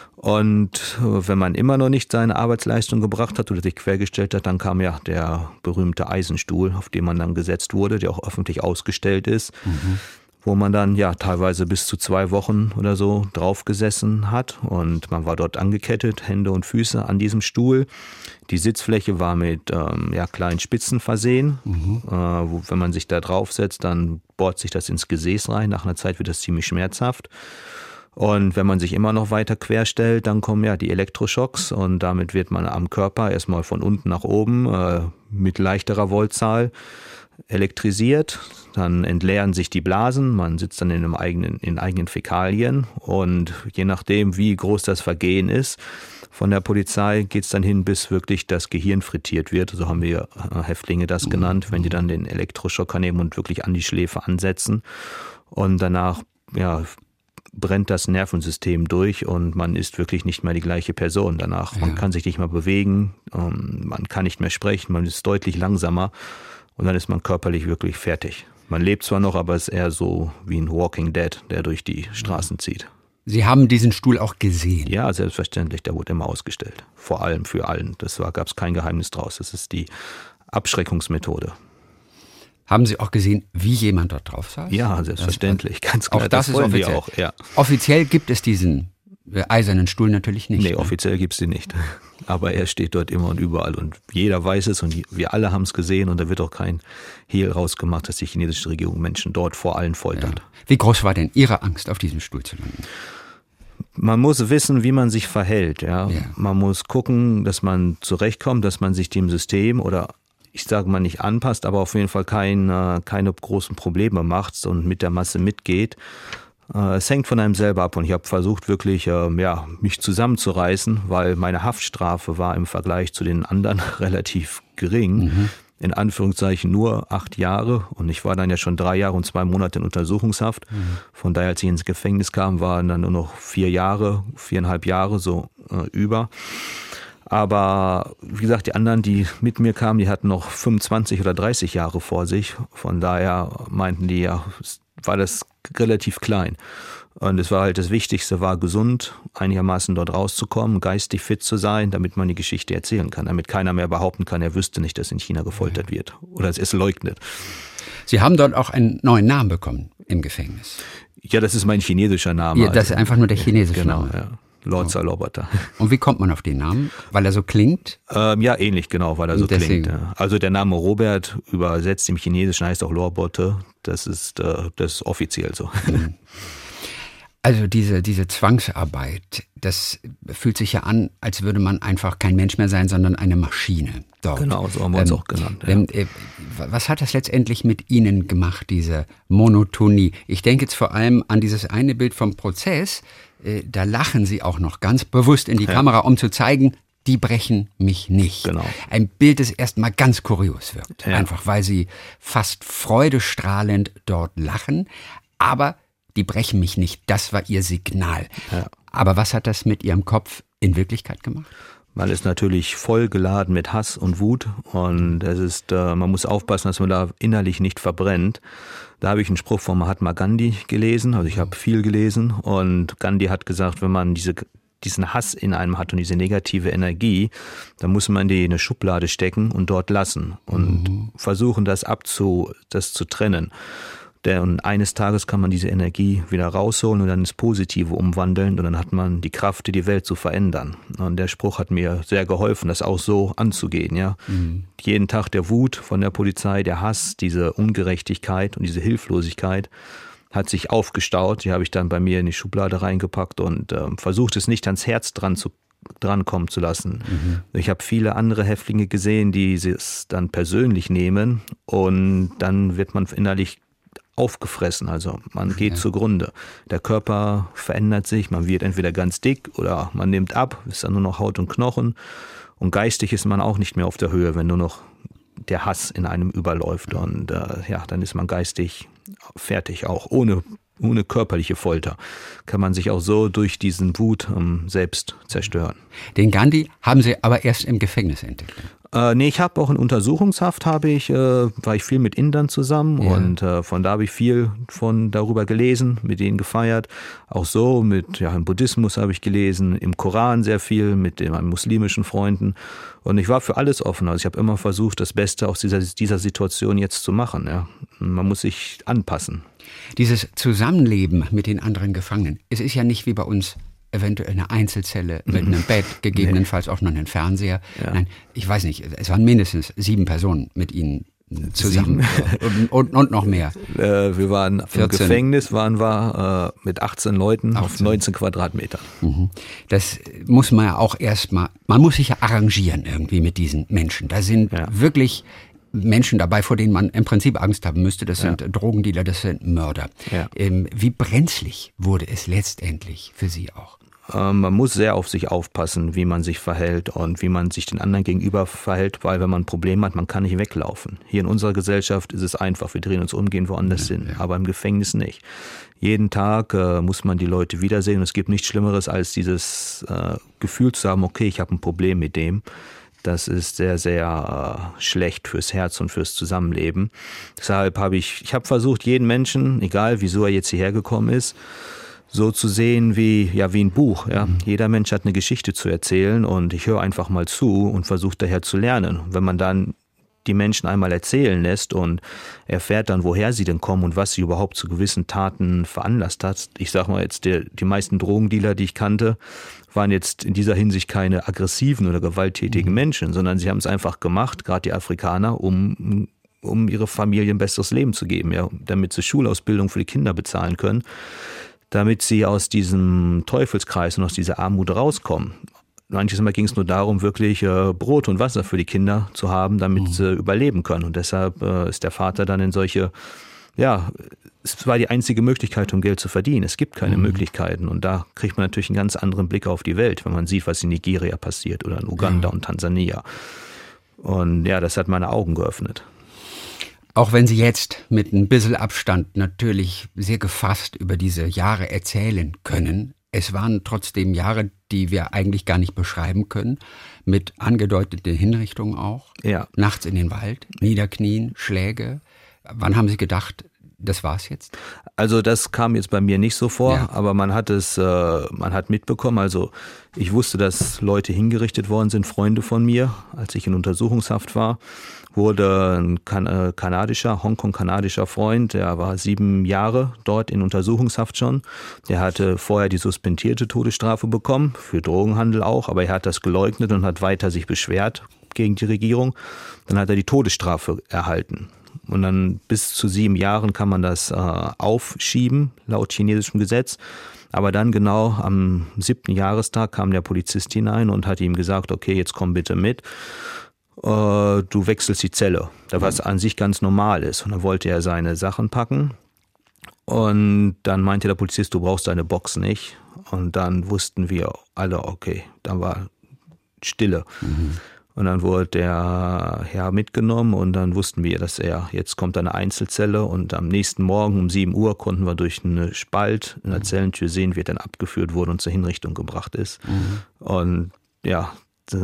Und wenn man immer noch nicht seine Arbeitsleistung gebracht hat oder sich quergestellt hat, dann kam ja der berühmte Eisenstuhl, auf den man dann gesetzt wurde, der auch öffentlich ausgestellt ist, mhm. wo man dann ja teilweise bis zu zwei Wochen oder so drauf gesessen hat. Und man war dort angekettet, Hände und Füße an diesem Stuhl. Die Sitzfläche war mit ähm, ja, kleinen Spitzen versehen. Mhm. Äh, wo, wenn man sich da draufsetzt, dann bohrt sich das ins Gesäß rein. Nach einer Zeit wird das ziemlich schmerzhaft. Und wenn man sich immer noch weiter querstellt, dann kommen ja die Elektroschocks und damit wird man am Körper erstmal von unten nach oben äh, mit leichterer Voltzahl elektrisiert. Dann entleeren sich die Blasen, man sitzt dann in, einem eigenen, in eigenen Fäkalien und je nachdem, wie groß das Vergehen ist, von der Polizei geht es dann hin, bis wirklich das Gehirn frittiert wird. So haben wir Häftlinge das genannt, wenn die dann den Elektroschocker nehmen und wirklich an die Schläfe ansetzen. Und danach, ja, brennt das Nervensystem durch und man ist wirklich nicht mehr die gleiche Person danach. Ja. Man kann sich nicht mehr bewegen, man kann nicht mehr sprechen, man ist deutlich langsamer und dann ist man körperlich wirklich fertig. Man lebt zwar noch, aber es ist eher so wie ein Walking Dead, der durch die Straßen zieht. Sie haben diesen Stuhl auch gesehen? Ja, selbstverständlich, der wurde immer ausgestellt. Vor allem für allen. Das war, gab es kein Geheimnis draus. Das ist die Abschreckungsmethode. Haben Sie auch gesehen, wie jemand dort drauf saß? Ja, selbstverständlich, das, ganz klar. Auch das, das ist offiziell. Wir auch, ja. Offiziell gibt es diesen eisernen Stuhl natürlich nicht. Nee, ne? Offiziell gibt es den nicht. Aber er steht dort immer und überall und jeder weiß es und wir alle haben es gesehen und da wird auch kein Hehl rausgemacht, dass die chinesische Regierung Menschen dort vor allen foltert. Ja. Wie groß war denn Ihre Angst, auf diesem Stuhl zu landen? Man muss wissen, wie man sich verhält. Ja? Ja. Man muss gucken, dass man zurechtkommt, dass man sich dem System oder ich sage mal nicht anpasst, aber auf jeden Fall kein, keine großen Probleme macht und mit der Masse mitgeht. Es hängt von einem selber ab und ich habe versucht wirklich, ja, mich zusammenzureißen, weil meine Haftstrafe war im Vergleich zu den anderen relativ gering. Mhm. In Anführungszeichen nur acht Jahre und ich war dann ja schon drei Jahre und zwei Monate in Untersuchungshaft. Mhm. Von daher, als ich ins Gefängnis kam, waren dann nur noch vier Jahre, viereinhalb Jahre so äh, über. Aber wie gesagt, die anderen, die mit mir kamen, die hatten noch fünfundzwanzig oder dreißig Jahre vor sich. Von daher meinten die, ja, war das relativ klein. Und es war halt das Wichtigste, war gesund, einigermaßen dort rauszukommen, geistig fit zu sein, damit man die Geschichte erzählen kann. Damit keiner mehr behaupten kann, er wüsste nicht, dass in China gefoltert wird oder es leugnet. Sie haben dort auch einen neuen Namen bekommen im Gefängnis. Ja, das ist mein chinesischer Name. Ja, das ist einfach nur der chinesische genau, Name. Ja. Lord Salobata. Und wie kommt man auf den Namen? Weil er so klingt? Ähm, ja, ähnlich, genau, weil er so deswegen. klingt. Ja. Also der Name Robert übersetzt im Chinesischen heißt auch Lorbotte. Das ist, äh, das ist offiziell so. Also diese, diese Zwangsarbeit, das fühlt sich ja an, als würde man einfach kein Mensch mehr sein, sondern eine Maschine. dort. Genau, so haben wir uns ähm, auch genannt. Ja. Ähm, äh, was hat das letztendlich mit Ihnen gemacht, diese Monotonie? Ich denke jetzt vor allem an dieses eine Bild vom Prozess. Äh, da lachen Sie auch noch ganz bewusst in die ja. Kamera, um zu zeigen, die brechen mich nicht. Genau. Ein Bild, das erstmal ganz kurios wirkt. Ja. Einfach, weil Sie fast freudestrahlend dort lachen. Aber die brechen mich nicht. Das war Ihr Signal. Ja. Aber was hat das mit Ihrem Kopf in Wirklichkeit gemacht? Man ist natürlich voll geladen mit Hass und Wut und es ist, äh, man muss aufpassen, dass man da innerlich nicht verbrennt. Da habe ich einen Spruch von Mahatma Gandhi gelesen, also ich habe viel gelesen und Gandhi hat gesagt, wenn man diese, diesen Hass in einem hat und diese negative Energie, dann muss man die in eine Schublade stecken und dort lassen und mhm. versuchen, das abzu, das zu trennen. Und eines Tages kann man diese Energie wieder rausholen und dann ins Positive umwandeln und dann hat man die Kraft, die Welt zu verändern. Und der Spruch hat mir sehr geholfen, das auch so anzugehen. Ja, mhm. Jeden Tag der Wut von der Polizei, der Hass, diese Ungerechtigkeit und diese Hilflosigkeit hat sich aufgestaut. Die habe ich dann bei mir in die Schublade reingepackt und äh, versucht, es nicht ans Herz dran zu drankommen zu lassen. Mhm. Ich habe viele andere Häftlinge gesehen, die es dann persönlich nehmen und dann wird man innerlich aufgefressen, also man geht ja. zugrunde. Der Körper verändert sich, man wird entweder ganz dick oder man nimmt ab, ist dann nur noch Haut und Knochen und geistig ist man auch nicht mehr auf der Höhe, wenn nur noch der Hass in einem überläuft und äh, ja, dann ist man geistig fertig, auch ohne, ohne körperliche Folter kann man sich auch so durch diesen Wut ähm, selbst zerstören. Den Gandhi haben Sie aber erst im Gefängnis entdeckt. Äh, nee, ich habe auch in Untersuchungshaft, habe ich, äh, war ich viel mit Indern zusammen ja. und äh, von da habe ich viel von darüber gelesen, mit denen gefeiert. Auch so mit, ja, im Buddhismus habe ich gelesen, im Koran sehr viel, mit den, meinen muslimischen Freunden. Und ich war für alles offen. Also ich habe immer versucht, das Beste aus dieser, dieser Situation jetzt zu machen. Ja. Man muss sich anpassen. Dieses Zusammenleben mit den anderen Gefangenen, es ist ja nicht wie bei uns eventuell eine Einzelzelle mit einem Bett, gegebenenfalls auch noch einen Fernseher. Ja. Nein, ich weiß nicht, es waren mindestens sieben Personen mit Ihnen zusammen und, und, und noch mehr. Äh, wir waren vierzehn. Im Gefängnis, waren wir äh, mit achtzehn Leuten achtzehn. Auf neunzehn Quadratmeter. Mhm. Das muss man ja auch erstmal, man muss sich ja arrangieren irgendwie mit diesen Menschen. Da sind ja. wirklich Menschen dabei, vor denen man im Prinzip Angst haben müsste. Das sind ja. Drogendealer, das sind Mörder. Ja. Ähm, wie brenzlig wurde es letztendlich für Sie auch? Man muss sehr auf sich aufpassen, wie man sich verhält und wie man sich den anderen gegenüber verhält, weil wenn man ein Problem hat, man kann nicht weglaufen. Hier in unserer Gesellschaft ist es einfach, wir drehen uns um, gehen woanders ja, hin, ja. aber im Gefängnis nicht. Jeden Tag äh, muss man die Leute wiedersehen und es gibt nichts Schlimmeres als dieses äh, Gefühl zu haben, okay, ich habe ein Problem mit dem. Das ist sehr, sehr äh, schlecht fürs Herz und fürs Zusammenleben. Deshalb habe ich, ich habe versucht, jeden Menschen, egal wieso er jetzt hierher gekommen ist, so zu sehen wie, ja, wie ein Buch. Ja. Mhm. Jeder Mensch hat eine Geschichte zu erzählen und ich höre einfach mal zu und versuche daher zu lernen. Wenn man dann die Menschen einmal erzählen lässt und erfährt dann, woher sie denn kommen und was sie überhaupt zu gewissen Taten veranlasst hat. Ich sag mal jetzt, der, die meisten Drogendealer, die ich kannte, waren jetzt in dieser Hinsicht keine aggressiven oder gewalttätigen mhm. Menschen, sondern sie haben es einfach gemacht, gerade die Afrikaner, um um ihre Familie ein besseres Leben zu geben, ja, damit sie Schulausbildung für die Kinder bezahlen können, damit sie aus diesem Teufelskreis und aus dieser Armut rauskommen. Manches Mal ging es nur darum, wirklich äh, Brot und Wasser für die Kinder zu haben, damit mhm. sie überleben können. Und deshalb äh, ist der Vater dann in solche, ja, es war die einzige Möglichkeit, um Geld zu verdienen. Es gibt keine mhm. Möglichkeiten. Und da kriegt man natürlich einen ganz anderen Blick auf die Welt, wenn man sieht, was in Nigeria passiert oder in Uganda ja. und Tansania. Und ja, das hat meine Augen geöffnet. Auch wenn Sie jetzt mit ein bisschen Abstand natürlich sehr gefasst über diese Jahre erzählen können, es waren trotzdem Jahre, die wir eigentlich gar nicht beschreiben können, mit angedeuteten Hinrichtungen auch, ja. nachts in den Wald, Niederknien, Schläge. Wann haben Sie gedacht, das war's jetzt? Also das kam jetzt bei mir nicht so vor, ja. aber man hat es, äh, man hat mitbekommen, also ich wusste, dass Leute hingerichtet worden sind, Freunde von mir, als ich in Untersuchungshaft war. Wurde ein kan- äh, kanadischer, Hongkong-kanadischer Freund, der war sieben Jahre dort in Untersuchungshaft schon. Der hatte vorher die suspendierte Todesstrafe bekommen, für Drogenhandel auch, aber er hat das geleugnet und hat weiter sich beschwert gegen die Regierung. Dann hat er die Todesstrafe erhalten. Und dann bis zu sieben Jahren kann man das äh, aufschieben, laut chinesischem Gesetz. Aber dann genau am siebten Jahrestag kam der Polizist hinein und hat ihm gesagt, okay, jetzt komm bitte mit. äh, du wechselst die Zelle, was an sich ganz normal ist. Und dann wollte er seine Sachen packen und dann meinte der Polizist, du brauchst deine Box nicht. Und dann wussten wir alle, okay, dann war Stille. Mhm. Und dann wurde der Herr mitgenommen und dann wussten wir, dass er, jetzt kommt eine Einzelzelle und am nächsten Morgen um sieben Uhr konnten wir durch einen Spalt in der Zellentür sehen, wie er dann abgeführt wurde und zur Hinrichtung gebracht ist. Mhm. Und ja,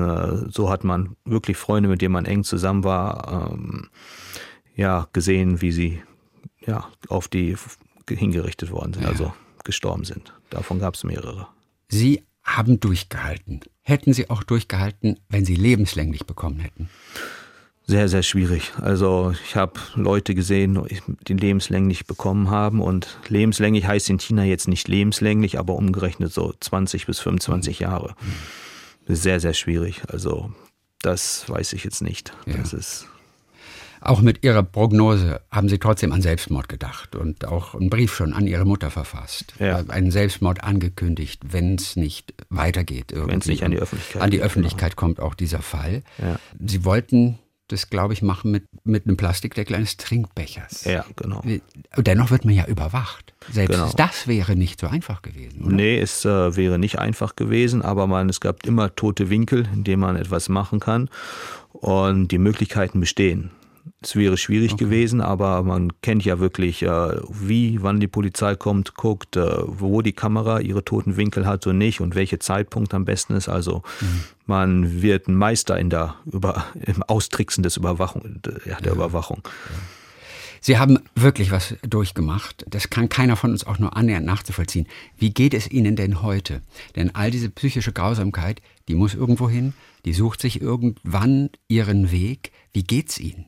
so hat man wirklich Freunde, mit denen man eng zusammen war, ähm, ja, gesehen, wie sie ja, auf die hingerichtet worden sind, ja. also gestorben sind. Davon gab es mehrere. Sie haben durchgehalten. Hätten Sie auch durchgehalten, wenn Sie lebenslänglich bekommen hätten? Sehr, sehr schwierig. Also ich habe Leute gesehen, die lebenslänglich bekommen haben und lebenslänglich heißt in China jetzt nicht lebenslänglich, aber umgerechnet so zwanzig bis fünfundzwanzig Jahre. Das ist sehr, sehr schwierig. Also das weiß ich jetzt nicht. Ja. Das ist Auch mit Ihrer Prognose haben Sie trotzdem an Selbstmord gedacht und auch einen Brief schon an Ihre Mutter verfasst. Ja. Einen Selbstmord angekündigt, wenn es nicht weitergeht. Wenn es nicht an die Öffentlichkeit An die Öffentlichkeit genau. kommt auch dieser Fall. Ja. Sie wollten das, glaube ich, machen mit, mit einem Plastikdeckel eines Trinkbechers. Ja, genau. Dennoch wird man ja überwacht. Selbst genau. das wäre nicht so einfach gewesen, oder? Nee, es äh, wäre nicht einfach gewesen, aber man, es gab immer tote Winkel, in denen man etwas machen kann und die Möglichkeiten bestehen. Es wäre schwierig okay. gewesen, aber man kennt ja wirklich, äh, wie, wann die Polizei kommt, guckt, äh, wo die Kamera ihre toten Winkel hat und nicht und welcher Zeitpunkt am besten ist. Also mhm. man wird ein Meister in der Über, im Austricksen des Überwachung, ja, der ja. Überwachung. Ja. Sie haben wirklich was durchgemacht. Das kann keiner von uns auch nur annähernd nachzuvollziehen. Wie geht es Ihnen denn heute? Denn all diese psychische Grausamkeit, die muss irgendwo hin, die sucht sich irgendwann ihren Weg. Wie geht's Ihnen?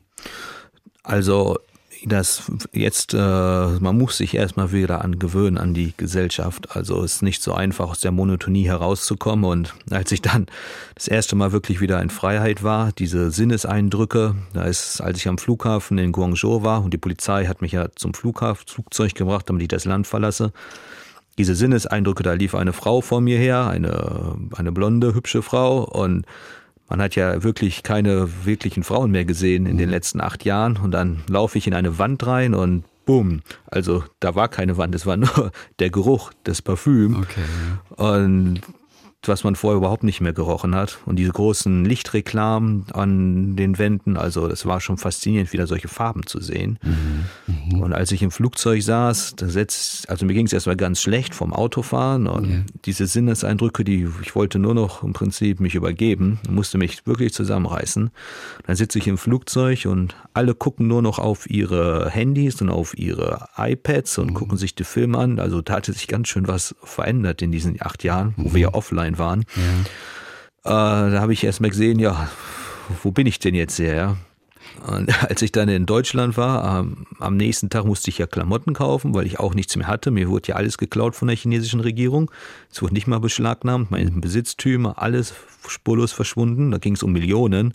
Also das jetzt, äh, man muss sich erstmal wieder an gewöhnen an die Gesellschaft. Also es ist nicht so einfach, aus der Monotonie herauszukommen. Und als ich dann das erste Mal wirklich wieder in Freiheit war, diese Sinneseindrücke, da ist, als ich am Flughafen in Guangzhou war und die Polizei hat mich ja zum Flughafen, Flugzeug gebracht, damit ich das Land verlasse. Diese Sinneseindrücke, da lief eine Frau vor mir her, eine, eine blonde, hübsche Frau und man hat ja wirklich keine wirklichen Frauen mehr gesehen in den letzten acht Jahren. Und dann laufe ich in eine Wand rein und bumm. Also da war keine Wand, es war nur der Geruch, das Parfüm. Okay, ja. Und was man vorher überhaupt nicht mehr gerochen hat. Und diese großen Lichtreklamen an den Wänden, also das war schon faszinierend, wieder solche Farben zu sehen. Mhm. Mhm. Und als ich im Flugzeug saß, da setzt, also mir ging es erstmal ganz schlecht vom Autofahren und ja. diese Sinneseindrücke, die ich wollte nur noch im Prinzip mich übergeben, musste mich wirklich zusammenreißen. Dann sitze ich im Flugzeug und alle gucken nur noch auf ihre Handys und auf ihre iPads und mhm. gucken sich die Filme an. Also da hatte sich ganz schön was verändert in diesen acht Jahren, wo mhm. wir ja offline waren. Ja. Äh, da habe ich erst mal gesehen, ja, wo bin ich denn jetzt her? Ja? Und als ich dann in Deutschland war, ähm, am nächsten Tag musste ich ja Klamotten kaufen, weil ich auch nichts mehr hatte. Mir wurde ja alles geklaut von der chinesischen Regierung. Es wurde nicht mal beschlagnahmt, meine Besitztümer, alles spurlos verschwunden. Da ging es um Millionen.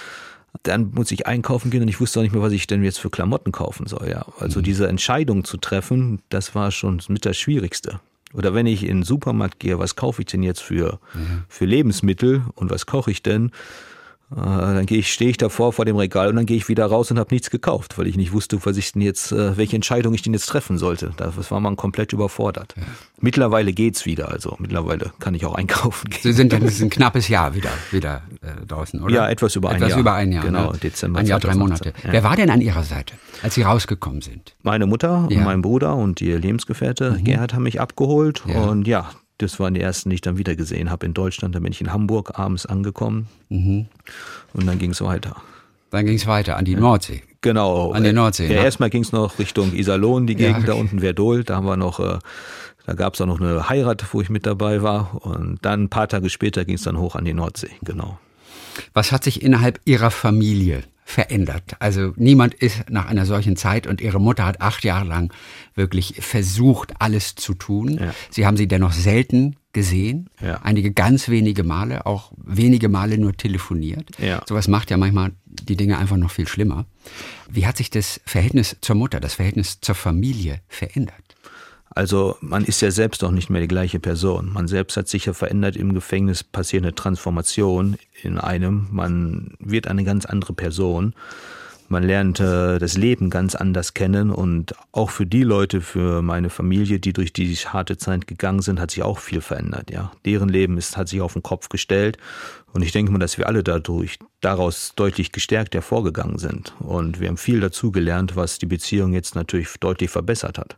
Dann muss ich einkaufen gehen und ich wusste auch nicht mehr, was ich denn jetzt für Klamotten kaufen soll. Ja. Also mhm. diese Entscheidung zu treffen, das war schon mit das Schwierigste. Oder wenn ich in den Supermarkt gehe, was kaufe ich denn jetzt für, ja. für Lebensmittel und was koche ich denn? Äh, dann gehe ich, stehe ich davor vor dem Regal und dann gehe ich wieder raus und habe nichts gekauft, weil ich nicht wusste, was ich denn jetzt, äh, welche Entscheidung ich denn jetzt treffen sollte. Das war man komplett überfordert. Ja. Mittlerweile geht's wieder, also mittlerweile kann ich auch einkaufen gehen. Sie sind dann ein knappes Jahr wieder, wieder äh, draußen, oder? Ja, etwas über ein etwas Jahr. Etwas über ein Jahr, genau, ne? Dezember. Ein Jahr, drei Monate. Ja. Wer war denn an Ihrer Seite, als Sie rausgekommen sind? Meine Mutter ja. und mein Bruder und ihr Lebensgefährte mhm. Gerhard haben mich abgeholt ja. und ja, das waren die ersten, die ich dann wieder gesehen habe in Deutschland. Dann bin ich in Hamburg abends angekommen mhm. und dann ging es weiter. Dann ging es weiter an die Nordsee. Genau. An die Nordsee. Ja, ne? Erstmal ging es noch Richtung Iserlohn, die Gegend ja, okay. da unten, Verdol. Da haben wir noch, äh, da gab es auch noch eine Heirat, wo ich mit dabei war. Und dann ein paar Tage später ging es dann hoch an die Nordsee. Genau. Was hat sich innerhalb Ihrer Familie verändert? Also niemand ist nach einer solchen Zeit und Ihre Mutter hat acht Jahre lang wirklich versucht, alles zu tun. Ja. Sie haben sie dennoch selten gesehen, ja. einige ganz wenige Male, auch wenige Male nur telefoniert. Ja. Sowas macht ja manchmal die Dinge einfach noch viel schlimmer. Wie hat sich das Verhältnis zur Mutter, das Verhältnis zur Familie verändert? Also man ist ja selbst auch nicht mehr die gleiche Person. Man selbst hat sich ja verändert, im Gefängnis passiert eine Transformation in einem. Man wird eine ganz andere Person. Man lernt äh, das Leben ganz anders kennen und auch für die Leute, für meine Familie, die durch die harte Zeit gegangen sind, hat sich auch viel verändert. Ja, deren Leben ist, hat sich auf den Kopf gestellt und ich denke mal, dass wir alle dadurch daraus deutlich gestärkt hervorgegangen sind und wir haben viel dazu gelernt, was die Beziehung jetzt natürlich deutlich verbessert hat.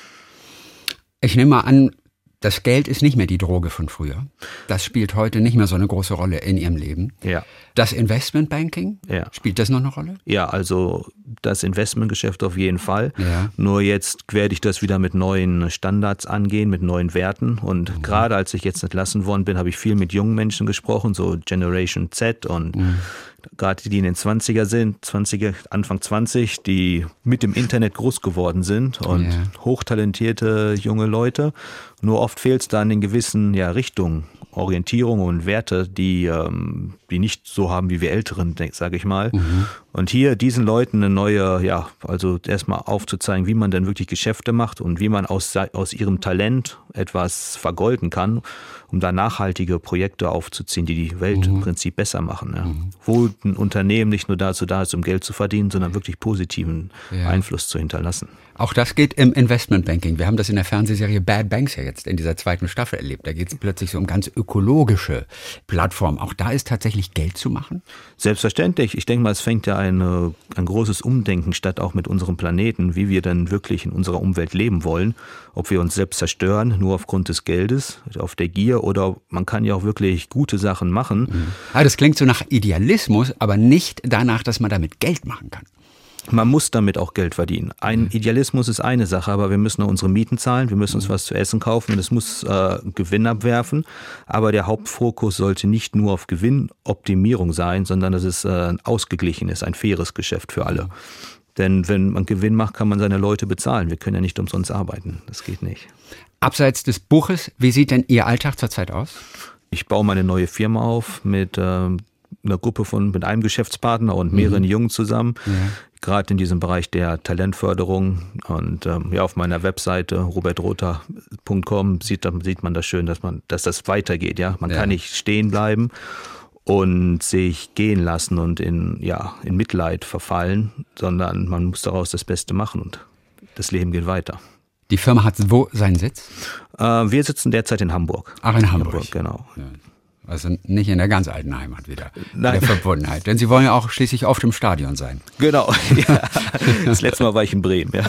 Ich nehme mal an, das Geld ist nicht mehr die Droge von früher. Das spielt heute nicht mehr so eine große Rolle in Ihrem Leben. Ja. Das Investmentbanking, ja. Spielt das noch eine Rolle? Ja, also das Investmentgeschäft auf jeden Fall. Ja. Nur jetzt werde ich das wieder mit neuen Standards angehen, mit neuen Werten. Und mhm. gerade als ich jetzt entlassen worden bin, habe ich viel mit jungen Menschen gesprochen, so Generation Z und mhm. gerade die in den zwanziger sind, zwanziger, Anfang zwanzig, die mit dem Internet groß geworden sind und ja. hochtalentierte junge Leute. Nur oft fehlt es da an den gewissen ja, Richtungen, Orientierungen und Werte, die, ähm, die nicht so haben wie wir Älteren, sage ich mal. Mhm. Und hier diesen Leuten eine neue, ja, also erstmal aufzuzeigen, wie man denn wirklich Geschäfte macht und wie man aus, aus ihrem Talent etwas vergolden kann, um da nachhaltige Projekte aufzuziehen, die die Welt mhm. im Prinzip besser machen. Ja. Mhm. Wo ein Unternehmen nicht nur dazu da ist, um Geld zu verdienen, sondern wirklich positiven ja. Einfluss zu hinterlassen. Auch das geht im Investmentbanking. Wir haben das in der Fernsehserie Bad Banks ja jetzt in dieser zweiten Staffel erlebt. Da geht es plötzlich so um ganz ökologische Plattformen. Auch da ist tatsächlich Geld zu machen? Selbstverständlich. Ich denke mal, es fängt ja eine, ein großes Umdenken statt, auch mit unserem Planeten, wie wir dann wirklich in unserer Umwelt leben wollen. Ob wir uns selbst zerstören, nur aufgrund des Geldes, auf der Gier, oder man kann ja auch wirklich gute Sachen machen. Mhm. Ah, das klingt so nach Idealismus, aber nicht danach, dass man damit Geld machen kann. Man muss damit auch Geld verdienen. Ein Idealismus ist eine Sache, aber wir müssen auch unsere Mieten zahlen, wir müssen uns was zu essen kaufen und es muss äh, Gewinn abwerfen. Aber der Hauptfokus sollte nicht nur auf Gewinnoptimierung sein, sondern dass es äh, ausgeglichen ist, ein faires Geschäft für alle. Denn wenn man Gewinn macht, kann man seine Leute bezahlen. Wir können ja nicht umsonst arbeiten. Das geht nicht. Abseits des Buches, wie sieht denn Ihr Alltag zurzeit aus? Ich baue meine neue Firma auf mit äh, einer Gruppe von, mit einem Geschäftspartner und mehreren mhm. Jungen zusammen. Ja. Gerade in diesem Bereich der Talentförderung und ähm, ja, auf meiner Webseite robert rother punkt com sieht, sieht man das schön, dass man, dass das weitergeht. Ja, man ja. kann nicht stehen bleiben und sich gehen lassen und in ja in Mitleid verfallen, sondern man muss daraus das Beste machen und das Leben geht weiter. Die Firma hat wo seinen Sitz? Äh, wir sitzen derzeit in Hamburg. Ach, in Hamburg, Hamburg genau. Ja. Also nicht in der ganz alten Heimat wieder, Nein. der Verbundenheit. Denn Sie wollen ja auch schließlich oft im Stadion sein. Genau. Ja. Das letzte Mal war ich in Bremen. Ja.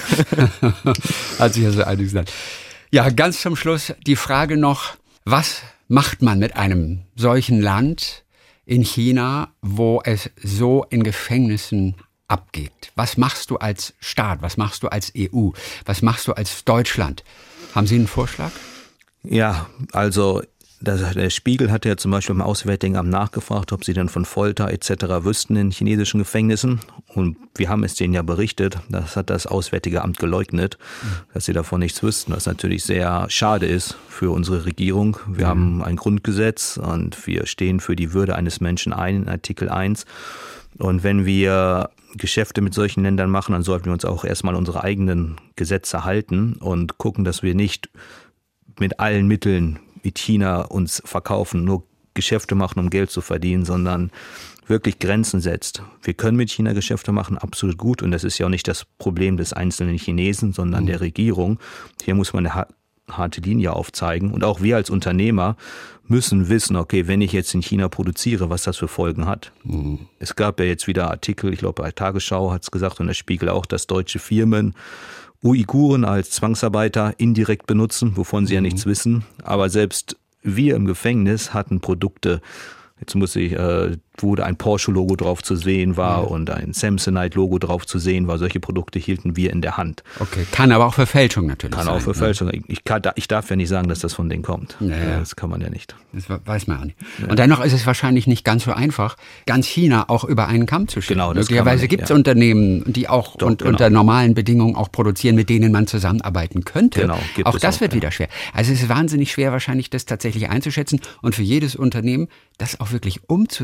Hat sich ja so einiges gesagt. Ja, ganz zum Schluss die Frage noch, was macht man mit einem solchen Land in China, wo es so in Gefängnissen abgeht? Was machst du als Staat? Was machst du als E U? Was machst du als Deutschland? Haben Sie einen Vorschlag? Ja, also Das, der Spiegel hat ja zum Beispiel im Auswärtigen Amt nachgefragt, ob sie denn von Folter et cetera wüssten in chinesischen Gefängnissen. Und wir haben es denen ja berichtet, das hat das Auswärtige Amt geleugnet, dass sie davon nichts wüssten, was natürlich sehr schade ist für unsere Regierung. Wir mhm. haben ein Grundgesetz und wir stehen für die Würde eines Menschen ein in Artikel eins. Und wenn wir Geschäfte mit solchen Ländern machen, dann sollten wir uns auch erstmal unsere eigenen Gesetze halten und gucken, dass wir nicht mit allen Mitteln mit China uns verkaufen, nur Geschäfte machen, um Geld zu verdienen, sondern wirklich Grenzen setzt. Wir können mit China Geschäfte machen, absolut gut. Und das ist ja auch nicht das Problem des einzelnen Chinesen, sondern mhm. der Regierung. Hier muss man eine harte Linie aufzeigen. Und auch wir als Unternehmer müssen wissen, okay, wenn ich jetzt in China produziere, was das für Folgen hat. Mhm. Es gab ja jetzt wieder Artikel, ich glaube bei Tagesschau hat es gesagt und der Spiegel auch, dass deutsche Firmen Uiguren als Zwangsarbeiter indirekt benutzen, wovon sie mhm. ja nichts wissen. Aber selbst wir im Gefängnis hatten Produkte, jetzt muss ich, äh, wo ein Porsche-Logo drauf zu sehen war ja. und ein Samsonite-Logo drauf zu sehen war. Solche Produkte hielten wir in der Hand. Okay, kann aber auch für Fälschung natürlich kann sein. Kann auch für Fälschung. Ne? Ich, kann, ich darf ja nicht sagen, dass das von denen kommt. Naja. Das kann man ja nicht. Das weiß man ja nicht. Ja. Und dennoch ist es wahrscheinlich nicht ganz so einfach, ganz China auch über einen Kamm zu stellen. Genau, möglicherweise gibt es ja. Unternehmen, die auch Doch, und, genau. unter normalen Bedingungen auch produzieren, mit denen man zusammenarbeiten könnte. Genau, gibt auch es das auch, wird ja. wieder schwer. Also es ist wahnsinnig schwer wahrscheinlich, das tatsächlich einzuschätzen und für jedes Unternehmen das auch wirklich umzusetzen.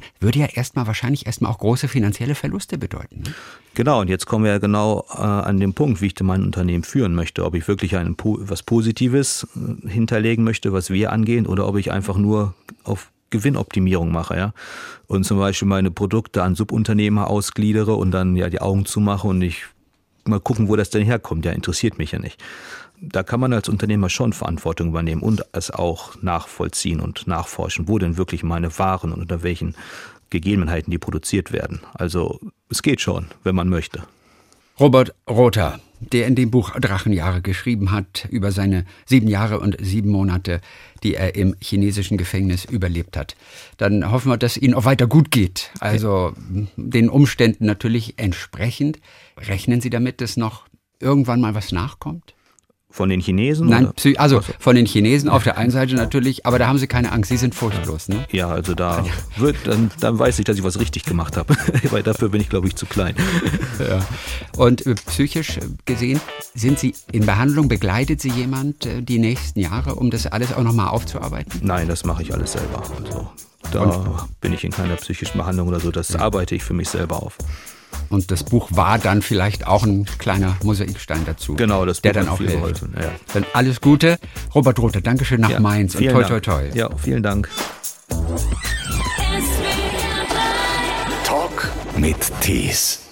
würde ja erstmal wahrscheinlich erstmal auch große finanzielle Verluste bedeuten. Ne? Genau, und jetzt kommen wir ja genau äh, an den Punkt, wie ich denn mein Unternehmen führen möchte. Ob ich wirklich ein, was Positives äh, hinterlegen möchte, was wir angehen, oder ob ich einfach nur auf Gewinnoptimierung mache, ja. Und zum Beispiel meine Produkte an Subunternehmer ausgliedere und dann ja die Augen zumache und ich mal gucken, wo das denn herkommt. Ja, interessiert mich ja nicht. Da kann man als Unternehmer schon Verantwortung übernehmen und es auch nachvollziehen und nachforschen, wo denn wirklich meine Waren und unter welchen Gegebenheiten die produziert werden. Also es geht schon, wenn man möchte. Robert Rother, der in dem Buch Drachenjahre geschrieben hat, über seine sieben Jahre und sieben Monate, die er im chinesischen Gefängnis überlebt hat. Dann hoffen wir, dass Ihnen auch weiter gut geht. Also den Umständen natürlich entsprechend. Rechnen Sie damit, dass noch irgendwann mal was nachkommt? Von den Chinesen? Nein, oder? also von den Chinesen auf der einen Seite natürlich, aber da haben Sie keine Angst, Sie sind furchtlos, ne? Ja, also da wird, dann, dann weiß ich, dass ich was richtig gemacht habe, weil dafür bin ich, glaube ich, zu klein. Ja. Und äh, psychisch gesehen, sind Sie in Behandlung, begleitet Sie jemand äh, die nächsten Jahre, um das alles auch nochmal aufzuarbeiten? Nein, das mache ich alles selber. Also da Und? bin ich in keiner psychischen Behandlung oder so, das ja. arbeite ich für mich selber auf. Und das Buch war dann vielleicht auch ein kleiner Mosaikstein dazu. Genau, das Buch der dann hat auch viel hilft. geholfen. Ja. Dann alles Gute. Robert Rother, Dankeschön nach ja, Mainz und toi, toi, toi. Ja, vielen Dank. Talk mit Tees.